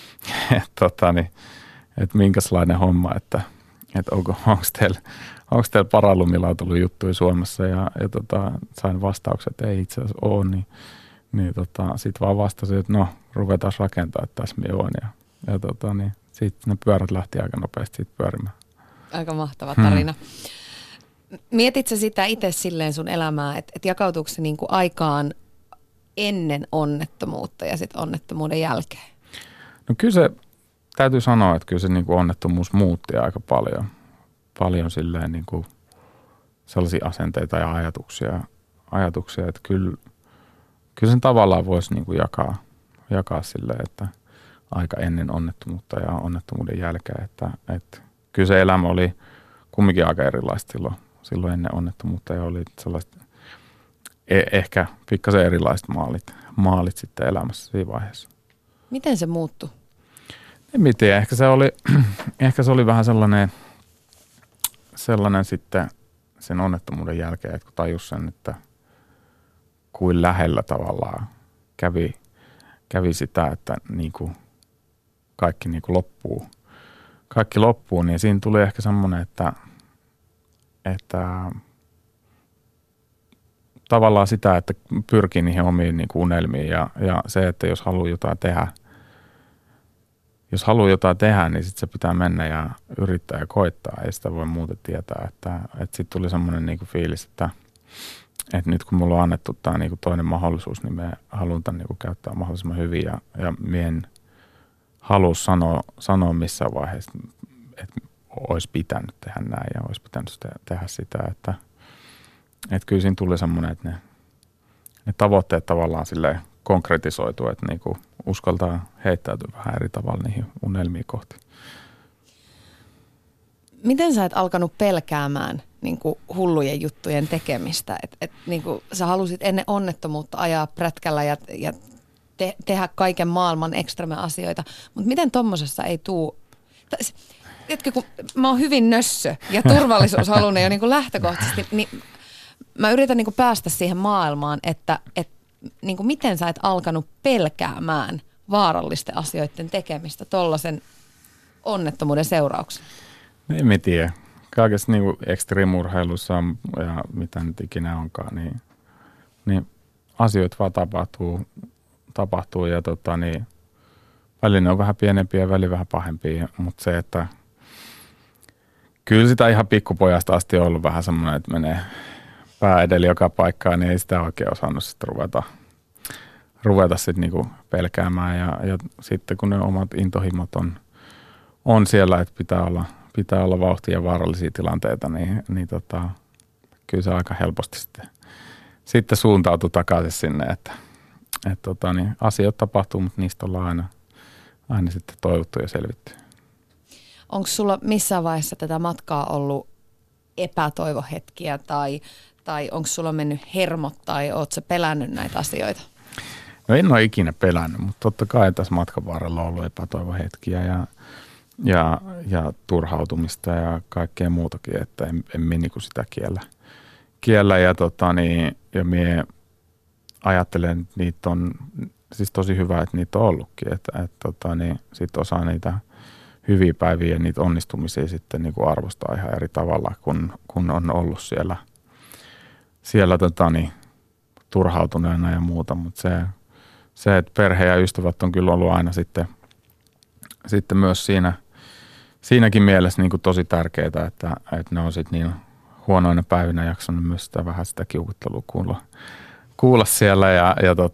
minkälainen homma, että onko teillä paralumilautailun juttuja Suomessa ja sain vastaukset, että ei itse asiassa ole, niin sitten vaan vastasin, että no ruvetaan rakentaa, että tässä minä olen ja sitten ne pyörät lähti aika nopeasti siitä pyörimään. Aika mahtava tarina. Mietitkö sitä itse silleen sun elämää, että jakautuuko se niinku aikaan ennen onnettomuutta ja sitten onnettomuuden jälkeen? No kyllä se, täytyy sanoa, että kyllä se niin kuin onnettomuus muutti aika paljon silleen niin kuin sellaisia asenteita ja ajatuksia, että kyllä sen tavallaan voisi niin kuin jakaa silleen, että aika ennen onnettomuutta ja onnettomuuden jälkeen, että kyllä se elämä oli kumminkin aika erilaista silloin ennen onnettomuutta ja oli sellaiset ehkä pikkasen erilaiset maalit sitten elämässä siinä vaiheessa. Miten se muuttui? En tiedä, ehkä se oli vähän sellainen sitten sen onnettomuuden jälkeen, että kun tajus sen, että kuin lähellä tavallaan kävi sitä, että niin kuin kaikki niin kuin loppuu, niin siinä tuli ehkä semmoinen, että tavallaan sitä, että pyrkii niihin omiin niin kuin unelmiin ja se, että jos haluaa jotain tehdä, niin sitten se pitää mennä ja yrittää ja koittaa. Ei sitä voi muuten tietää. Että sitten tuli semmoinen niinku fiilis, että nyt kun mulla on annettu tämä niinku toinen mahdollisuus, niin me haluan tämän niinku käyttää mahdollisimman hyvin. Ja minä en halua sanoa missään vaiheessa, että olisi pitänyt tehdä näin ja olisi pitänyt tehdä sitä. Että kyllä siinä tuli semmoinen, että ne tavoitteet tavallaan silleen konkretisoituu, että niinku uskaltaa heittäytyä vähän eri tavalla niihin unelmiin kohti. Miten sä et alkanut pelkäämään niinku hullujen juttujen tekemistä? Et niinku sä halusit ennen onnettomuutta ajaa prätkällä ja tehdä kaiken maailman ekstreme-asioita, mutta miten tommosessa ei tuu? Tiedätkö, kun mä oon hyvin nössö ja turvallisuushalunen jo niinku lähtökohtaisesti, niin mä yritän niinku päästä siihen maailmaan, että niin miten sä et alkanut pelkäämään vaarallisten asioiden tekemistä tollaisen onnettomuuden seurauksena? En mä tiedä. Kaikessa niin ekstriimurheilussa ja mitä nyt ikinä onkaan, niin asioita vaan tapahtuu ja välillä ne on vähän pienempiä ja välillä vähän pahempia, mutta se, että kyllä sitä ihan pikkupojasta asti on ollut vähän semmoinen, että menee pää edellä joka paikkaan, niin ei sitä oikein osannut sitten ruveta sitten niinku pelkäämään. Ja sitten kun ne omat intohimot on siellä, että pitää olla vauhtia ja vaarallisia tilanteita, niin kyllä se aika helposti sitten suuntautuu takaisin sinne, että asioita tapahtuu, mutta niistä ollaan aina sitten toivottu ja selvitty. Onko sulla missään vaiheessa tätä matkaa ollut epätoivohetkiä tai onko sulla mennyt hermot tai ootko sä pelännyt näitä asioita? No en ole ikinä pelännyt, mutta totta kai tässä matkan varrella on ollut epätoivohetkiä ja turhautumista ja kaikkea muutakin, että en minä niinku sitä kiellä ja minä ajattelen, että niitä on siis tosi hyvä, että niitä on ollutkin, että sitten osaa niitä hyviä päiviä ja niitä onnistumisia sitten niinku arvostaa ihan eri tavalla, kun on ollut siellä turhautuneena ja muuta, mutta se, että perhe ja ystävät on kyllä ollut aina sitten myös siinäkin mielessä niin kuin tosi tärkeää, että ne on sitten niin huonoina päivinä jaksanut myös sitä kiukuttelua kuulla siellä ja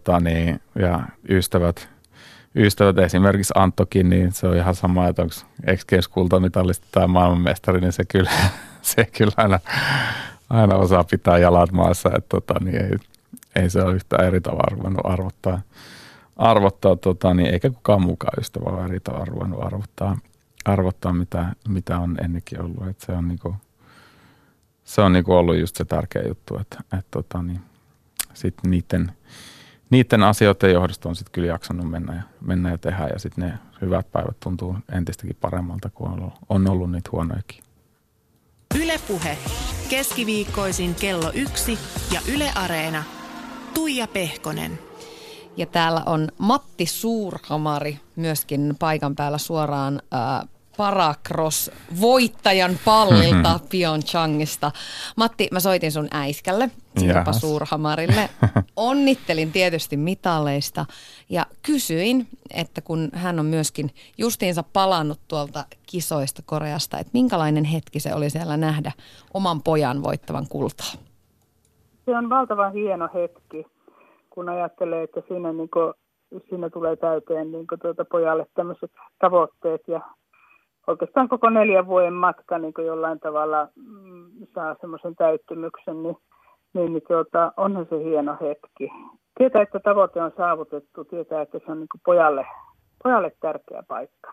ystävät esimerkiksi Anttokin, niin se on ihan sama, että onko ex-kultamitalisti tai maailmanmestari, niin se kyllä aina osaa pitää jalat maassa, että ei se ole yhtään eri tavalla ruvennut arvottaa eikä kukaan mukaan ystävä ole eri tavalla ruvennut arvottaa mitä on ennenkin ollut. Että se on ollut just se tärkeä juttu, että sitten niiden asioiden johdosta on sitten kyllä jaksanut mennä ja tehdä ja sitten ne hyvät päivät tuntuu entistäkin paremmalta kuin on ollut niitä huonojakin. Yle Puhe. Keskiviikkoisin kello 1 ja Yle Areena. Tuija Pehkonen. Ja täällä on Matti Suurhamari myöskin paikan päällä suoraan Paracross-voittajan pallilta Pyeongchangista. Matti, mä soitin sun äiskälle, Sirpa Suurhamarille. Onnittelin tietysti mitaleista ja kysyin, että kun hän on myöskin justiinsa palannut tuolta kisoista Koreasta, että minkälainen hetki se oli siellä nähdä oman pojan voittavan kultaa? Se on valtavan hieno hetki, kun ajattelee, että siinä, niin kuin, siinä tulee täyteen niin kuin pojalle tämmöiset tavoitteet ja oikeastaan koko 4 vuoden matka niin kuin jollain tavalla saa semmoisen täyttymyksen, niin onhan se hieno hetki. Tietää, että tavoite on saavutettu, tietää, että se on niin kuin pojalle tärkeä paikka.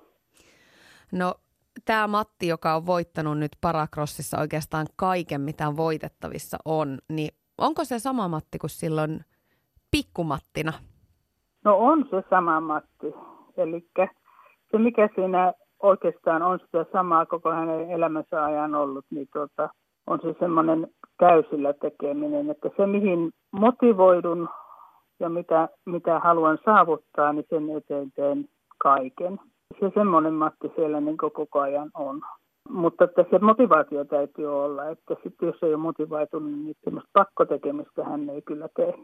No tämä Matti, joka on voittanut nyt Paracrossissa oikeastaan kaiken, mitä voitettavissa on, niin onko se sama Matti kuin silloin pikkumattina? No on se sama Matti. Eli se, mikä siinä oikeastaan on sitä samaa koko hänen elämänsä ajan ollut, niin on se semmoinen täysillä tekeminen, että se mihin motivoidun ja mitä haluan saavuttaa, niin sen eteen teen kaiken. Se semmoinen Matti siellä niin koko ajan on. Mutta että se motivaatio täytyy olla, että sitten jos ei ole motivoitunut, niin semmoista pakkotekemistä hän ei kyllä tee.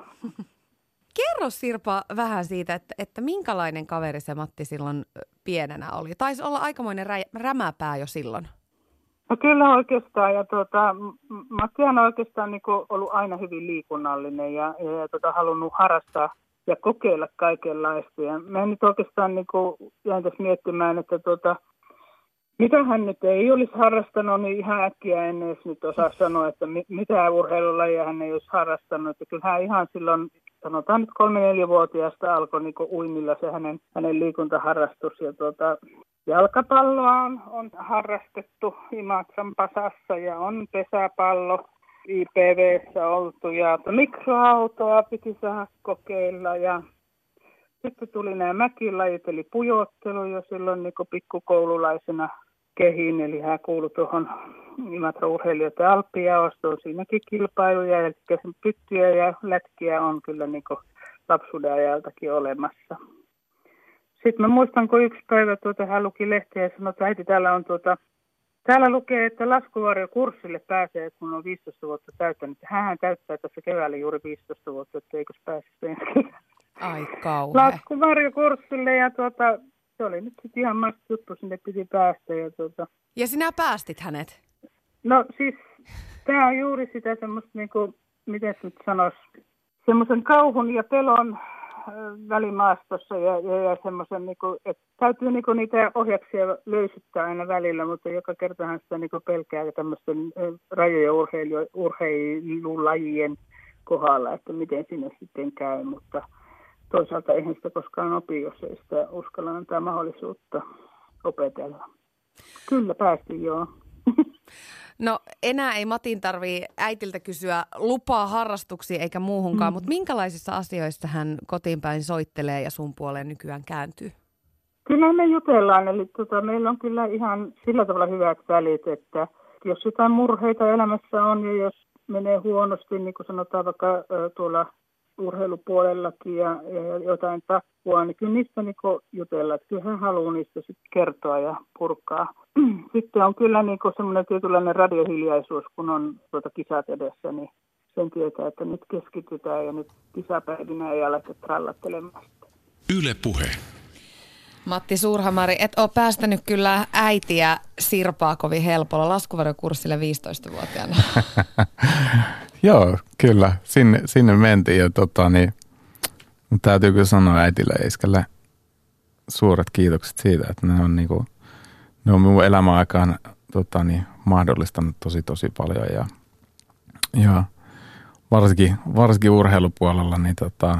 Kerro Sirpa vähän siitä, että minkälainen kaveri se Matti silloin pienenä oli. Taisi olla aikamoinen rämäpää jo silloin. No kyllä oikeastaan. Ja Matti on oikeastaan niin kuin ollut aina hyvin liikunnallinen ja halunnut harrastaa ja kokeilla kaikenlaista. Ja mä nyt oikeastaan niin kuin jäin tässä miettimään, että mitä hän nyt ei olisi harrastanut, niin ihan äkkiä en edes nyt osaa sanoa, että mitä urheilulajia hän ei olisi harrastanut. Että kyllä hän ihan silloin, sanotaan nyt 3-4-vuotiaasta alkoi niin kuin uimilla se hänen liikuntaharrastus. Ja jalkapalloa on harrastettu Imatran Pasassa ja on pesäpallo IPV:ssä oltu ja mikroautoa piti saada kokeilla ja sitten tuli nämä mäkilajit eli pujottelu jo silloin niin kuin pikkukoululaisena kehiin, eli hän kuului tuohon Imatran urheilijoiden alppijaostoon, siinäkin kilpailuja, eli pyttyjä ja lätkiä on kyllä niin kuin lapsuuden ajaltakin olemassa. Sitten mä muistan, kun yksi päivä hän luki lehteä ja sanoi, että äiti, täällä lukee, että laskuvarjokurssille pääsee, kun on 15 vuotta täyttänyt. Hänhän täyttää tässä keväällä juuri 15 vuotta, että eikös pääsisi ensin Ai kauhea. Laskuvarjokurssille ja se oli nyt sitten ihan masta juttu, sinne piti päästä. Ja sinä päästit hänet? No siis tämä on juuri sitä semmoista, niin kuin, miten nyt sanoisi, semmoisen kauhun ja pelon välimaastossa ja semmoisen, niin kuin, että täytyy niin kuin niitä ohjaksia löysyttää aina välillä, mutta joka kertahan sitä niin kuin pelkää tämmöisten rajojen urheilulajien kohdalla, että miten sinne sitten käy, mutta toisaalta eihän sitä koskaan opi, jos ei sitä uskalla antaa mahdollisuutta opetella. Kyllä päästiin, joo. No enää ei Matin tarvitse äitiltä kysyä lupaa harrastuksiin eikä muuhunkaan, mutta minkälaisissa asioissa hän kotiin päin soittelee ja sun puoleen nykyään kääntyy? Kyllä me jutellaan, eli meillä on kyllä ihan sillä tavalla hyvät välit, että jos jotain murheita elämässä on ja jos menee huonosti, niin kuin sanotaan vaikka tuolla urheilupuolellakin ja jotain tappua, niin kyllä niistä niin jutellaan, että kyllä hän haluaa niistä sitten kertoa ja purkaa. Sitten on kyllä niin semmoinen tietynlainen radiohiljaisuus, kun on kisat edessä, niin sen tietää, että nyt keskitytään ja nyt kisapäivinä ei aleta trallattelemaan. Yle Puhe. Matti Suurhamari, et ole päästänyt kyllä äitiä Sirpaa kovin helpolla laskuvarjokurssille 15-vuotiaana. Joo, kyllä. Sinne mentiin ja mutta täytyy kyllä sanoa äitille ja iskälle suuret kiitokset siitä, että ne on minun elämäaikaan mahdollistanut tosi paljon ja varsinkin urheilupuolella niin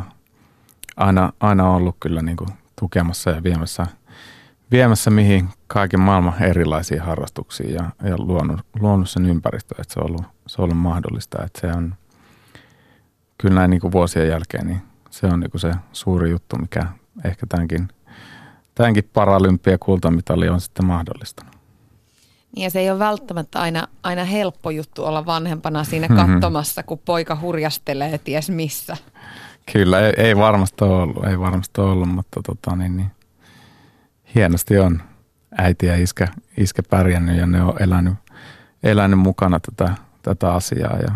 aina ollut kyllä niin kuin tukemassa ja viemässä mihin kaiken maailman erilaisiin harrastuksiin ja luonut sen ympäristön, että se on ollut mahdollista. Että se on kyllä näin niin kuin vuosien jälkeen, niin se on niin kuin se suuri juttu, mikä ehkä tämänkin paralympiakultamitali on sitten mahdollistanut. Ja se ei ole välttämättä aina helppo juttu olla vanhempana siinä katsomassa, kun poika hurjastelee ties missä. Kyllä, ei varmasti ollut, mutta hienosti on äiti ja iskä pärjännyt ja ne on elänyt mukana tätä asiaa ja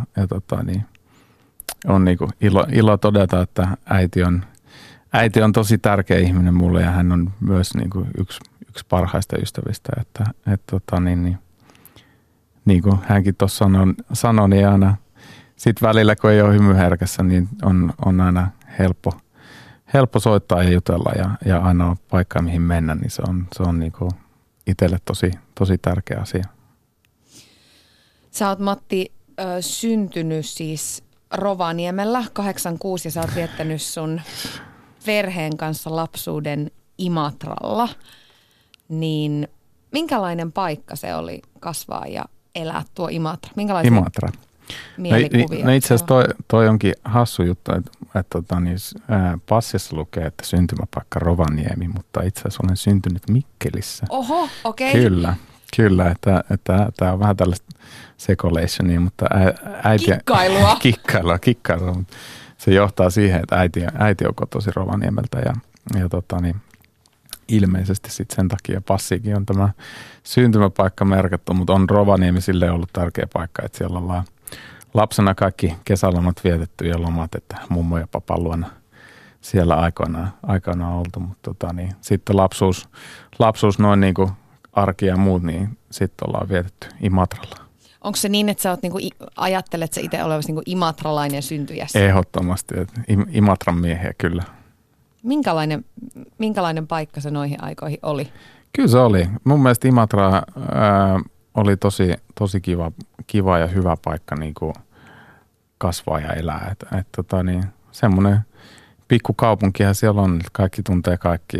on niinku ilo todeta, että äiti on tosi tärkeä ihminen mulle ja hän on myös niinku yksi parhaista ystävistä, että niin kuin hänkin tuossa sanoi, niin Sitten välillä, kun ei ole hymyherkässä, niin on aina helppo soittaa ja jutella ja aina on paikka, mihin mennä, niin se on niin kuin itselle tosi tärkeä asia. Sä oot, Matti, syntynyt siis Rovaniemellä 86 ja sä oot viettänyt sun perheen kanssa lapsuuden Imatralla. Niin minkälainen paikka se oli kasvaa ja elää tuo Imatra? Minkälaisia Imatra. mielikuvia? No itse asiassa toi onkin hassu juttu, että passissa lukee, että syntymäpaikka Rovaniemi, mutta itse asiassa olen syntynyt Mikkelissä. Oho, okei. Okay. Kyllä, että tämä on vähän tällaista secolationia, mutta Kikkailua. Se johtaa siihen, että äiti on kotoisin Rovaniemeltä ja ilmeisesti sitten sen takia passiikin on tämä syntymäpaikka merkattu, mutta on Rovaniemi silleen ollut tärkeä paikka, että siellä ollaan lapsena kaikki kesälomat vietetty ja lomat, että mummo ja papan luona siellä aikoinaan oltu, mutta sitten lapsuus noin niin kuin arki ja muut, niin sitten ollaan vietetty Imatralla. Onko se niin, että sä oot ajattelet sä itse olevasi imatralainen syntyjäs? Ehdottomasti, että Imatran miehiä kyllä. Minkälainen paikka se noihin aikoihin oli? Kyllä se oli. Mun mielestä Imatra oli tosi kiva ja hyvä paikka niin kuin kasvaa ja elää. Semmoinen pikkukaupunkihan siellä on, että kaikki tuntee kaikki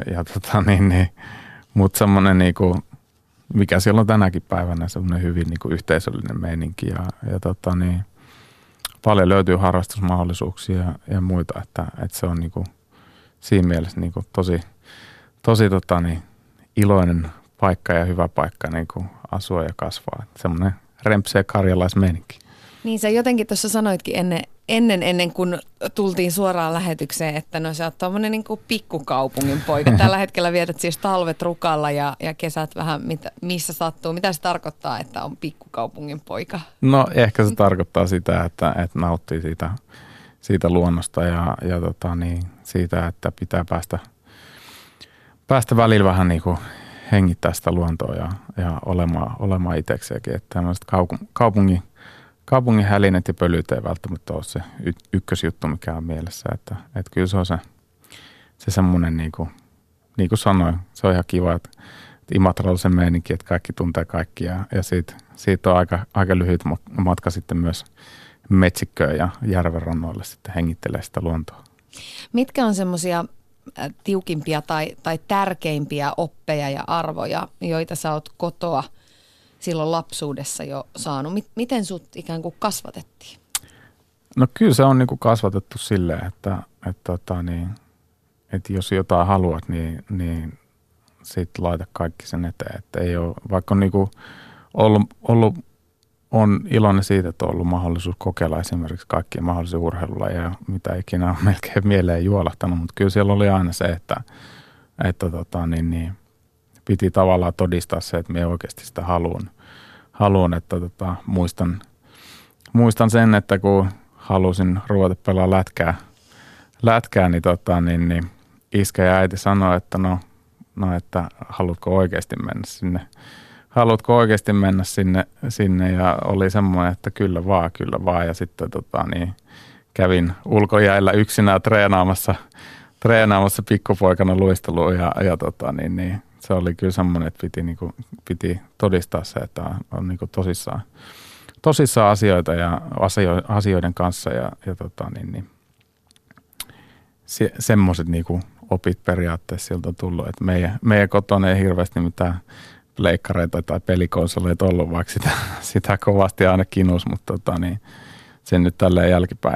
mutta semmoinen niinku, mikä siellä on tänäkin päivänä, semmoinen hyvin niinku yhteisöllinen meininki ja paljon löytyy harrastusmahdollisuuksia ja muita, että se on niinku siinä mielessä niinku tosi iloinen paikka ja hyvä paikka niinku asua ja kasvaa. Semmoinen rempsee karjalaismeininki. Niin sä jotenkin tuossa sanoitkin ennen kuin tultiin suoraan lähetykseen, että no sä oot tommonen niin kuin pikkukaupungin poika. Tällä hetkellä vietät siis talvet Rukalla ja kesät vähän missä sattuu. Mitä se tarkoittaa, että on pikkukaupungin poika? No ehkä se tarkoittaa sitä, että nauttii siitä luonnosta ja siitä, että pitää päästä välillä vähän niin kuin hengittää sitä luontoa ja olemaan itsekseenkin. Että tämmöiset kaupungin hälinet ja pölyt ei välttämättä ole se ykkösjuttu, mikä on mielessä. Että kyllä se on se semmoinen, niin kuin sanoin, se on ihan kiva, että Imatralla on se meininki, että kaikki tuntee kaikki ja siitä on aika lyhyt matka sitten myös metsikköön ja järvenrannoille sitten hengittelee sitä luontoa. Mitkä on semmoisia tiukimpia tai tärkeimpiä oppeja ja arvoja, joita sä oot kotoa silloin lapsuudessa jo saanut? Miten sut ikään kuin kasvatettiin? No kyllä se on niin kuin kasvatettu silleen, että jos jotain haluat, niin sit laita kaikki sen eteen. Että ei ole, vaikka on niin kuin on iloinen siitä, että on ollut mahdollisuus kokeilla esimerkiksi kaikkia mahdollisia urheilulajeja, mitä ikinä on melkein mieleen juolahtanut, mutta kyllä siellä oli aina se, että piti tavallaan todistaa se, että minä oikeasti sitä haluan, että muistan sen, että kun halusin ruveta pelaa lätkää niin iskä ja äiti sanoi, että että haluatko oikeasti mennä sinne ja oli semmoinen, että kyllä vaan ja sitten kävin ulkojäillä yksinään treenaamassa pikkupoikana luistelua ja se oli kyllä semmoinen, että piti todistaa se, että on niinku tosissaan asioita ja asioiden kanssa ja semmoiset niinku opit periaatteessa siltä on tullut, että meidän kotona ei hirveästi mitään leikkareita tai pelikonsoleita ollut, vaikka sitä kovasti aina kinus, mutta sen nyt tälleen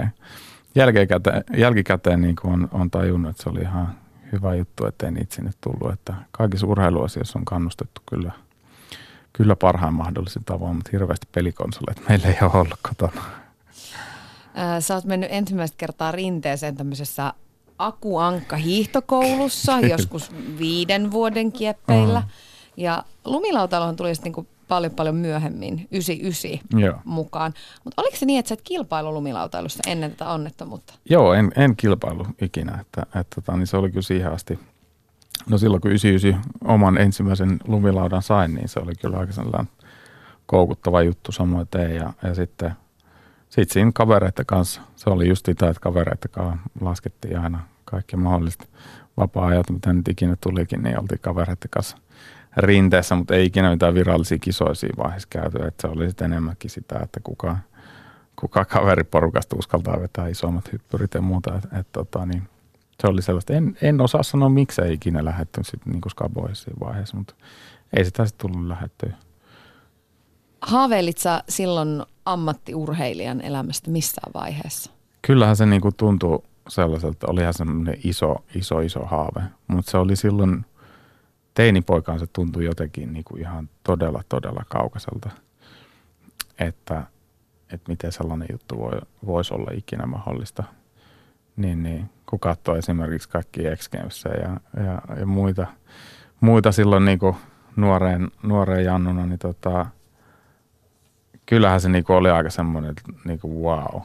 jälkikäteen niin kuin on tajunnut, että se oli ihan hyvä juttu, ettei niitä sinne tullut, että kaikissa urheiluasioissa on kannustettu kyllä parhaan mahdollisen tavoin, mutta hirveästi pelikonsoleita meillä ei ole ollut kotona. Sä oot mennyt ensimmäistä kertaa rinteeseen tämmöisessä Aku-Ankka-hiihtokoulussa, joskus 5 vuoden kieppeillä. Ja lumilautailuhan tuli sitten niinku paljon myöhemmin, 99 mukaan. Mutta oliko se niin, että sä et kilpailu lumilautailussa ennen tätä onnettomuutta? Joo, en kilpailu ikinä. Niin se oli kyllä siihen asti. No silloin kun 99 oman ensimmäisen lumilaudan sain, niin se oli kyllä aika sellainen koukuttava juttu samoin tein. Ja sitten Sitten siinä kavereiden kanssa, se oli just sitä, että kavereiden kanssa laskettiin aina kaikki mahdollista vapaa-ajat, mitä nyt ikinä tulikin, niin oltiin kavereiden kanssa rinteessä, mutta ei ikinä mitään virallisia kisoja siinä vaiheessa käyty, että se oli sitten enemmänkin sitä, että kuka kaveriporukasta uskaltaa vetää isommat hyppyrit ja muuta, niin se oli sellaista. En osaa sanoa, miksei ikinä lähdetty sitten niin skaboihin siinä vaiheessa, mutta ei sitä sitten tullut lähdettyä. Haaveilit sä silloin ammattiurheilijan elämästä missään vaiheessa? Kyllähän se niin kuin tuntui sellaiselta, olihan semmoinen iso haave, mutta se oli silloin teinipoikaan se tuntui jotenkin niin kuin ihan todella kaukaiselta, että miten sellainen juttu voisi olla ikinä mahdollista. Niin, kun katsoo esimerkiksi kaikki X Gamesia ja muita silloin niin kuin nuoreen Jannuna, niin kyllähän se niin kuin oli aika semmoinen niin kuin wow,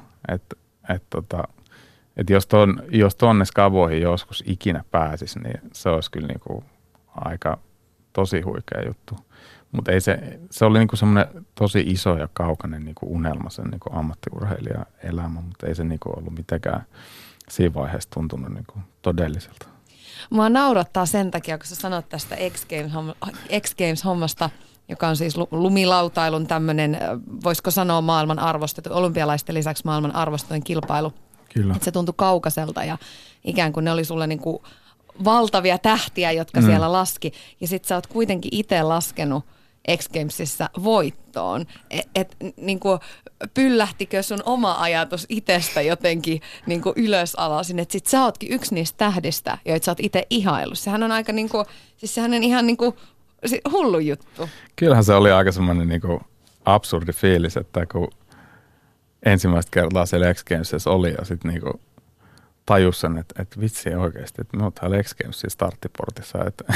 että jos tonne skaboihin joskus ikinä pääsisi, niin se olisi kyllä niin kuin aika tosi huikea juttu. Mutta ei se oli niinku semmoinen tosi iso ja kaukainen niinku unelma sen niinku ammattiurheilijan elämä, mutta ei se niinku ollut mitenkään siinä vaiheessa tuntunut niinku todelliselta. Mua naurattaa sen takia, kun sä sanot tästä X Games-hommasta, joka on siis lumilautailun tämmöinen, voisiko sanoa maailman arvostettu, olympialaisten lisäksi maailman arvostetuin kilpailu. Kyllä. Että se tuntui kaukaiselta ja ikään kuin ne oli sulle niinku valtavia tähtiä, jotka siellä laski. Ja sit sä oot kuitenkin itse laskenut X Gamesissa voittoon. Niinku, pyllähtikö sun oma ajatus itsestä jotenkin niinku ylös alasin, että sit sä ootkin yksi niistä tähdistä, joita sä oot itse ihaillut. Sehän on aika niinku, siis sehän on ihan niinku hullu juttu. Kyllähän se oli aika semmoinen niinku absurdi fiilis, että kun ensimmäistä kertaa siellä X Gamesissa oli ja sitten niinku tajus sen, että vitsi oikeasti, että me oon täällä X Gamesin starttiportissa, että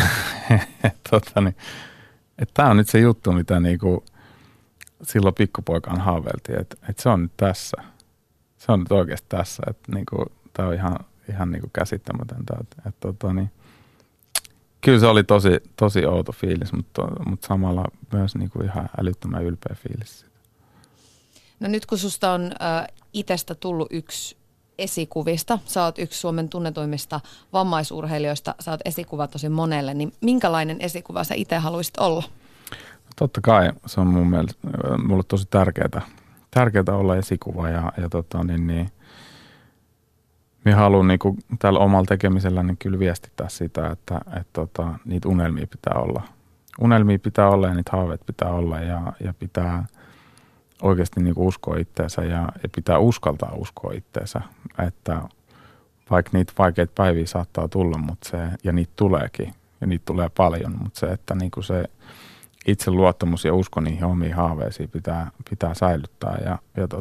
tämä on nyt se juttu, mitä niinku silloin pikkupoikaan haaveiltiin, että se on nyt tässä. Se on nyt oikeasti tässä, että niinku, tämä on ihan niinku käsittämätöntä. Kyllä se oli tosi outo fiilis, mutta samalla myös niinku ihan älyttömän ylpeä fiilis. No nyt kun susta on itsestä tullut yksi esikuvista, sä oot yksi Suomen tunnetuimmista vammaisurheilijoista, sä oot esikuva tosi monelle, niin minkälainen esikuva sä itse haluaisit olla? Totta kai se on mun mielestä mulle tosi tärkeää olla esikuva ja minä haluan niinku tällä omalla tekemisellä niin kyllä viestittää sitä, että niitä unelmia pitää olla. Unelmia pitää olla ja niitä haaveita pitää olla ja pitää oikeasti niinku uskoa itteensä ja pitää uskaltaa uskoa itteensä, että vaikka niitä vaikeita päiviä saattaa tulla, ja niitä tuleekin ja niitä tulee paljon, mutta se, että niinku se itseluottamus ja usko niihin omiin haaveisiin pitää säilyttää ja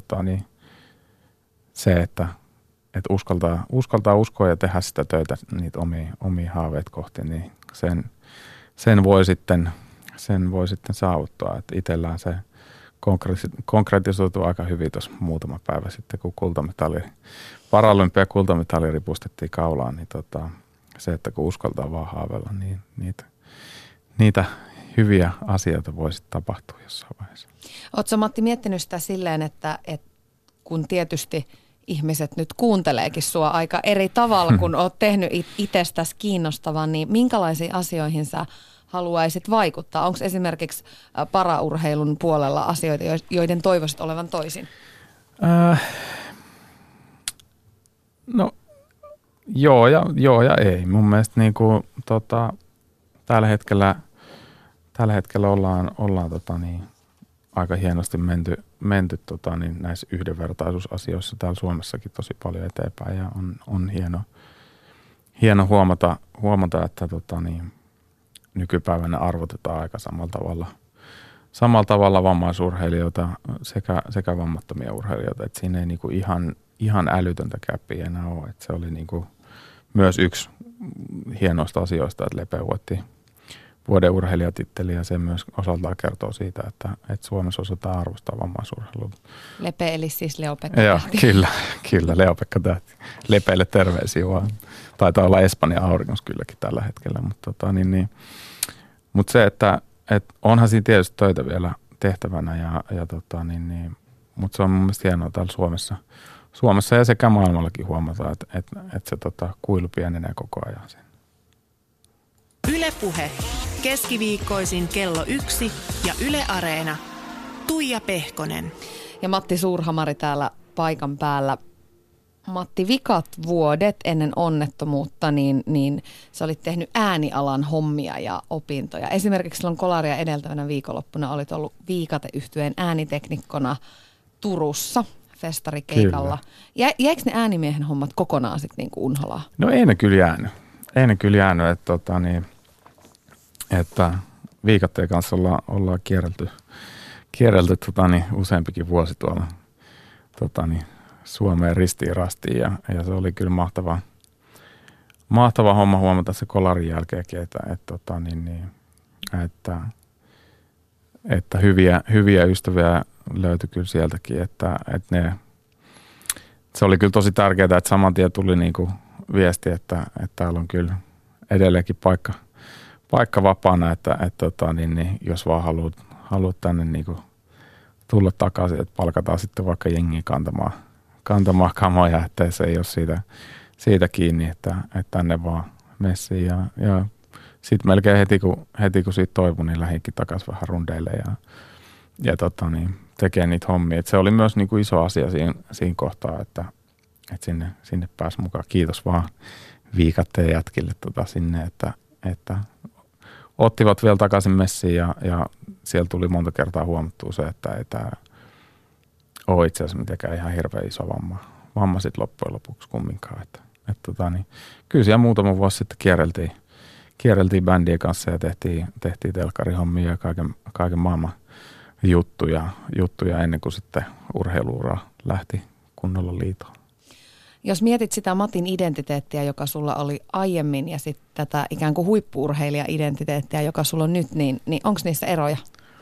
se, että uskaltaa uskoa ja tehdä sitä töitä niitä omia haaveita kohti, niin sen voi sitten saavuttaa, että itsellään se konkretisoituu aika hyvin tuossa muutama päivä sitten, kun paralympia kultamitali ripustettiin kaulaan, niin se, että kun uskaltaa vaan haaveilla, niin niitä hyviä asioita voisi tapahtua jossain vaiheessa. Oletko Matti miettinyt sitä silleen, että kun tietysti ihmiset nyt kuunteleekin sua aika eri tavalla, kun olet tehnyt itsestäsi kiinnostavan, niin minkälaisiin asioihin sä haluaisit vaikuttaa? Onko esimerkiksi paraurheilun puolella asioita, joiden toivoisit olevan toisin? No joo ja ei. Mun mielestä niinku, tällä hetkellä ollaan aika hienosti menty näissä yhdenvertaisuusasioissa täällä Suomessakin tosi paljon eteenpäin ja on hieno huomata että nykypäivänä arvotetaan aika samalla tavalla vammaisurheilijoita sekä vammattomia urheilijoita, että siinä ei niinku ihan älytöntä käppiä enää ole, että se oli niinku myös yksi hienoista asioista, että Lepe voitti vuoden urheilijatitteli ja se myös osaltaan kertoo siitä, että Suomessa osataan arvostaa vammaisurheilua. Lepe eli siis Leo-Pekka Joo, Tähti. kyllä Leo-Pekka Tähti. Lepeille terveisiä vaan. Taitaa olla Espanjan auringossa kylläkin tällä hetkellä, mutta se, että onhan siinä tietysti töitä vielä tehtävänä se on mun mielestä hienoa täällä Suomessa ja sekä maailmallakin huomataan, että se kuilu pienenee koko ajan siinä. Yle Puhe. Keskiviikkoisin kello 1 ja Yle Areena. Tuija Pehkonen. Ja Matti Suurhamari täällä paikan päällä. Matti, vikat vuodet ennen onnettomuutta, niin sä olit tehnyt äänialan hommia ja opintoja. Esimerkiksi silloin Kolaria edeltävänä viikonloppuna olit ollut Viikate-yhtyeen ääniteknikkona Turussa festarikeikalla. Jäikö ne äänimiehen hommat kokonaan sitten niin kuin unholaan? No ei ne kyllä jäänyt. Että Viikatteen kanssa ollaan kierrelty useampikin vuosi tuolla Suomeen ristiin rastiin ja se oli kyllä mahtava homma huomata se Kolarin jälkeenkin, että hyviä ystäviä löytyi kyllä sieltäkin, että se oli kyllä tosi tärkeää, että saman tien tuli niinku viesti, että täällä on kyllä edelleenkin paikka vapaana, että jos vaan haluat tänne niinku tulla takaisin, että palkataan sitten vaikka jengiä kantamaan kamoja, että se ei ole siitä kiinni, että tänne vaan messiin. Ja sitten melkein heti kun siitä toivui, niin lähdinkin takaisin vähän rundeille ja tekee niitä hommia. Et se oli myös niinku iso asia siinä kohtaa, että sinne pääsi mukaan. Kiitos vaan Viikatteen jätkille sinne, että ottivat vielä takaisin messiin ja siellä tuli monta kertaa huomattua se, että ei tämä ole itse asiassa mitenkään ihan hirveän iso vamma sitten loppujen lopuksi kumminkaan. Kyllä siellä muutama vuosi sitten kierreltiin bändien kanssa ja tehtiin telkkarihommia ja kaiken maailman juttuja ennen kuin sitten urheiluura lähti kunnolla liitoon. Jos mietit sitä Matin identiteettiä, joka sulla oli aiemmin ja sitten tätä ikään kuin huippu-urheilija-identiteettiä, joka sulla on nyt, niin onko niissä eroja?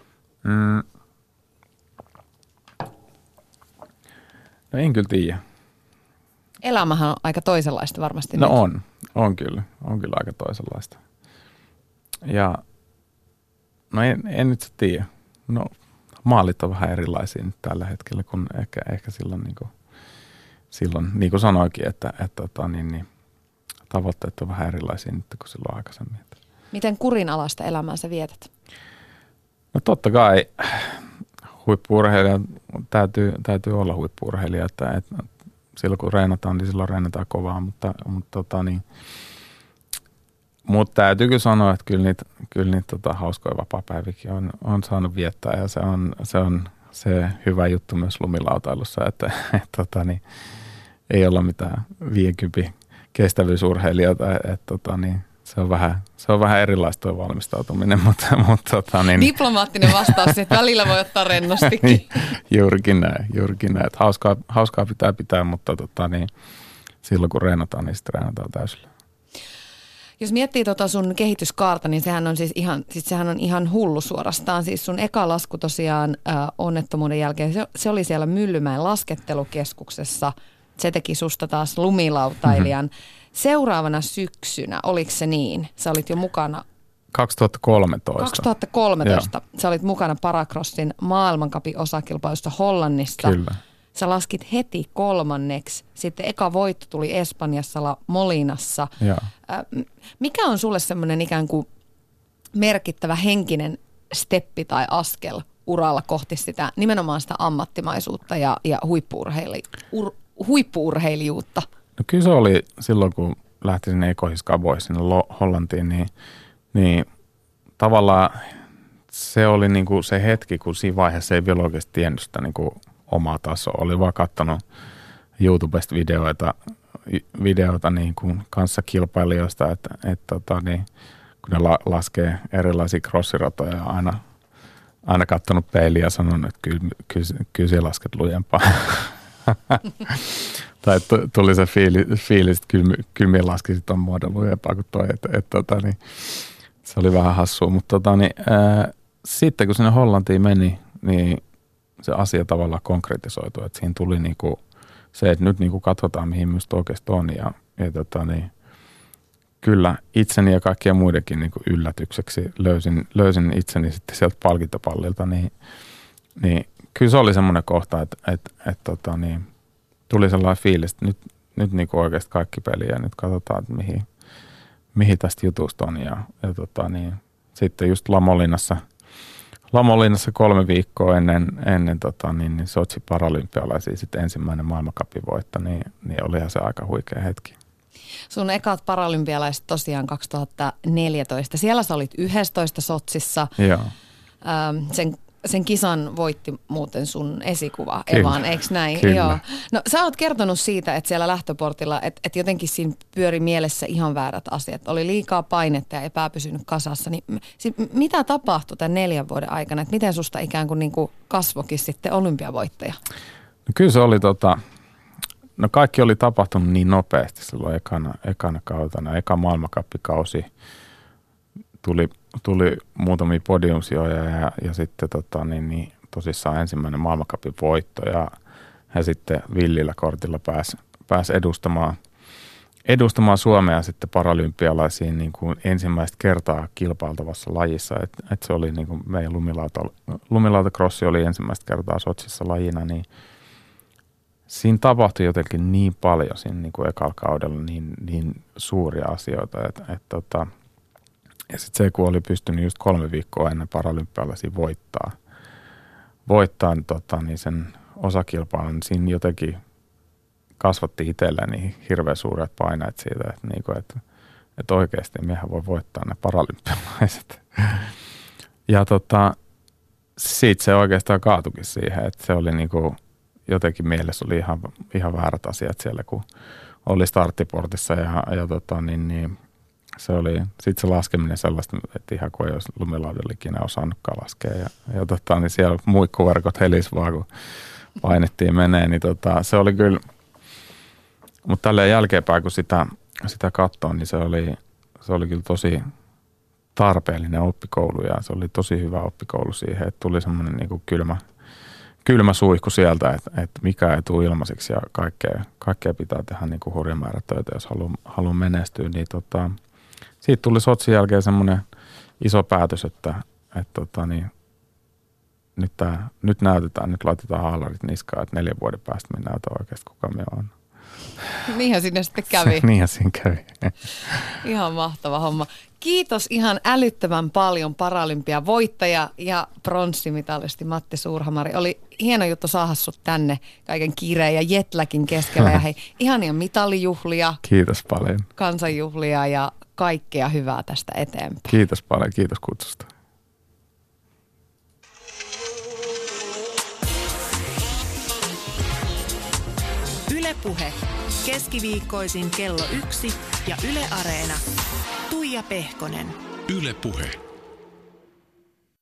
No en kyllä tiedä. Elämähän on aika toisenlaista varmasti. No nyt. on kyllä aika toisenlaista. Ja no en nyt tiedä. No maalit on vähän erilaisia nyt tällä hetkellä kuin ehkä silloin niin kuin sanoikin, että tavoitteet on vähän erilaisia nyt kuin silloin aikaisemmin. Miten kurinalaista elämää sä vietät? No totta kai huippu-urheilija täytyy olla huippu-urheilija, että silloin kun reenataan, niin silloin reenataan kovaa, mutta täytyy kyllä sanoa, että kyllä niitä hauskoja vapaapäivikin on saanut viettää ja se on se hyvä juttu myös lumilautailussa, että ei olla mitään 50 kestävyysurheilijoita, se on vähän erilaista tuo valmistautuminen, mutta Diplomaattinen vastaus, että välillä voi ottaa rennostikin. Juurikin näin. Että hauskaa pitää, mutta silloin kun reenataan, niin sitten reenataan täysillä. Jos miettii sun kehityskaarta, niin sehän on siis sehän on ihan hullu suorastaan. Siis sun eka lasku tosiaan onnettomuuden jälkeen, se oli siellä Myllymäen laskettelukeskuksessa. Se teki susta taas lumilautailijan. Seuraavana syksynä, oliko se niin? Sä olit jo mukana 2013. Sä olit mukana Paracrossin maailmancupin osakilpailusta Hollannissa. Kyllä. Sä laskit heti 3. Sitten eka voitto tuli Espanjassa Molinassa. Mikä on sulle semmoinen ikään kuin merkittävä henkinen steppi tai askel uralla kohti sitä nimenomaan sitä ammattimaisuutta ja huippu-urheilijuutta? No kyllä se oli silloin, kun lähti sinne Ekohiskaboihin sinne Hollantiin, niin tavallaan se oli niinku se hetki, kun siinä vaiheessa ei vielä oikeasti tiennyt sitä niinku omaa tasoa. Oli vaan katsonut YouTubesta videoita niin kuin kanssakilpailijoista, että kun ne laskee erilaisia crossiratoja ja aina katsonut peiliä ja sanonut, että kyllä siellä lasket lujempaa. Tai tuli se fiilis, että kyllä minä laskisin tuon muodon lujempaa kuin toi. Se oli vähän hassua, mutta sitten kun sinne Hollantiin meni, niin se asia tavallaan konkretisoitu, että siinä tuli niinku se, että nyt niinku katsotaan, mihin minusta oikeasti on. Ja kyllä itseni ja kaikkien muidenkin niinku yllätykseksi löysin itseni sitten sieltä palkintopallilta, niin kyllä se oli semmoinen kohta, että tuli sellainen fiilis, että nyt niin kuin oikeasti kaikki peliä ja nyt katsotaan, että mihin tästä jutusta on. Ja sitten just Lamolinnassa 3 viikkoa ennen Sotsin paralympialaisia sitten ensimmäinen maailmancupin voitto, niin olihan se aika huikea hetki. Sun ekat paralympialaiset tosiaan 2014. Siellä sä olit 11 Sotsissa. Joo. Sen kisan voitti muuten sun esikuva Kyllä. Evan, eikö näin? Kyllä. Joo. No sä oot kertonut siitä, että siellä lähtöportilla, että jotenkin siinä pyöri mielessä ihan väärät asiat. Oli liikaa painetta ja epää pysynyt kasassa. Niin, mitä tapahtui tämän 4 vuoden aikana? Että miten susta ikään kuin, kasvokin sitten olympiavoittaja? No kyllä se oli no kaikki oli tapahtunut niin nopeasti silloin ekana kautena. Eka maailmankappikausi tuli muutamia podiumsijoja ja sitten tosissaan ensimmäinen maailmancupin voitto ja sitten villillä kortilla pääsi edustamaan Suomea sitten paralympialaisiin niin kuin ensimmäistä kertaa kilpailtavassa lajissa. Et se oli niin kuin meidän lumilautakrossi oli ensimmäistä kertaa Sotsissa lajina, niin siinä tapahtui jotenkin niin paljon siinä niin kuin ekalla kaudella niin suuria asioita, ja sitten se, kun oli pystynyt just 3 viikkoa ennen paralympialaisia voittaa niin sen osakilpailun, niin siinä jotenkin kasvatti itselleen hirveän suuret paineet siitä, että oikeasti miehän voi voittaa ne paralympialaiset. Ja siitä se oikeastaan kaatukin siihen, että se oli niinku, jotenkin mielessä oli ihan väärät asiat siellä, kun oli starttiportissa ja se oli sitten se laskeminen sellaista, että ihan kuin ei olisi lumilaudalla ikinä osannutkaan laskea. Niin siellä muikkuverkot helis vaan, kun painettiin menee. Niin se oli kyllä, mutta tälleen jälkeenpäin, kun sitä katsoo, niin se oli kyllä tosi tarpeellinen oppikoulu. Ja se oli tosi hyvä oppikoulu siihen, että tuli semmoinen niin kuin kylmä suihku sieltä, että mikä ei tule ilmaiseksi ja kaikkea pitää tehdä niin kuin hurjan määrä töitä, jos haluaa menestyä. Niin siitä tuli Sotsin jälkeen semmoinen iso päätös, että nyt näytetään, nyt laitetaan haalarit niskaan, että 4 vuoden päästä me näytetään oikeasti, kuka me on. Niinhän sinne sitten kävi. Niinhän siinä kävi. Ihan mahtava homma. Kiitos ihan älyttömän paljon paralympiavoittaja ja pronssimitalisti Matti Suurhamari. Oli hieno juttu saada sut tänne kaiken kiireen ja jetläkin keskellä. Ja hei, ihania mitalijuhlia. Kiitos paljon. Kansanjuhlia ja kaikkea hyvää tästä eteenpäin. Kiitos paljon, kiitos kutsusta. Yle Puhe. Keskiviikkoisin kello 1 ja Yle Areena. Tuija Pehkonen. Yle Puhe.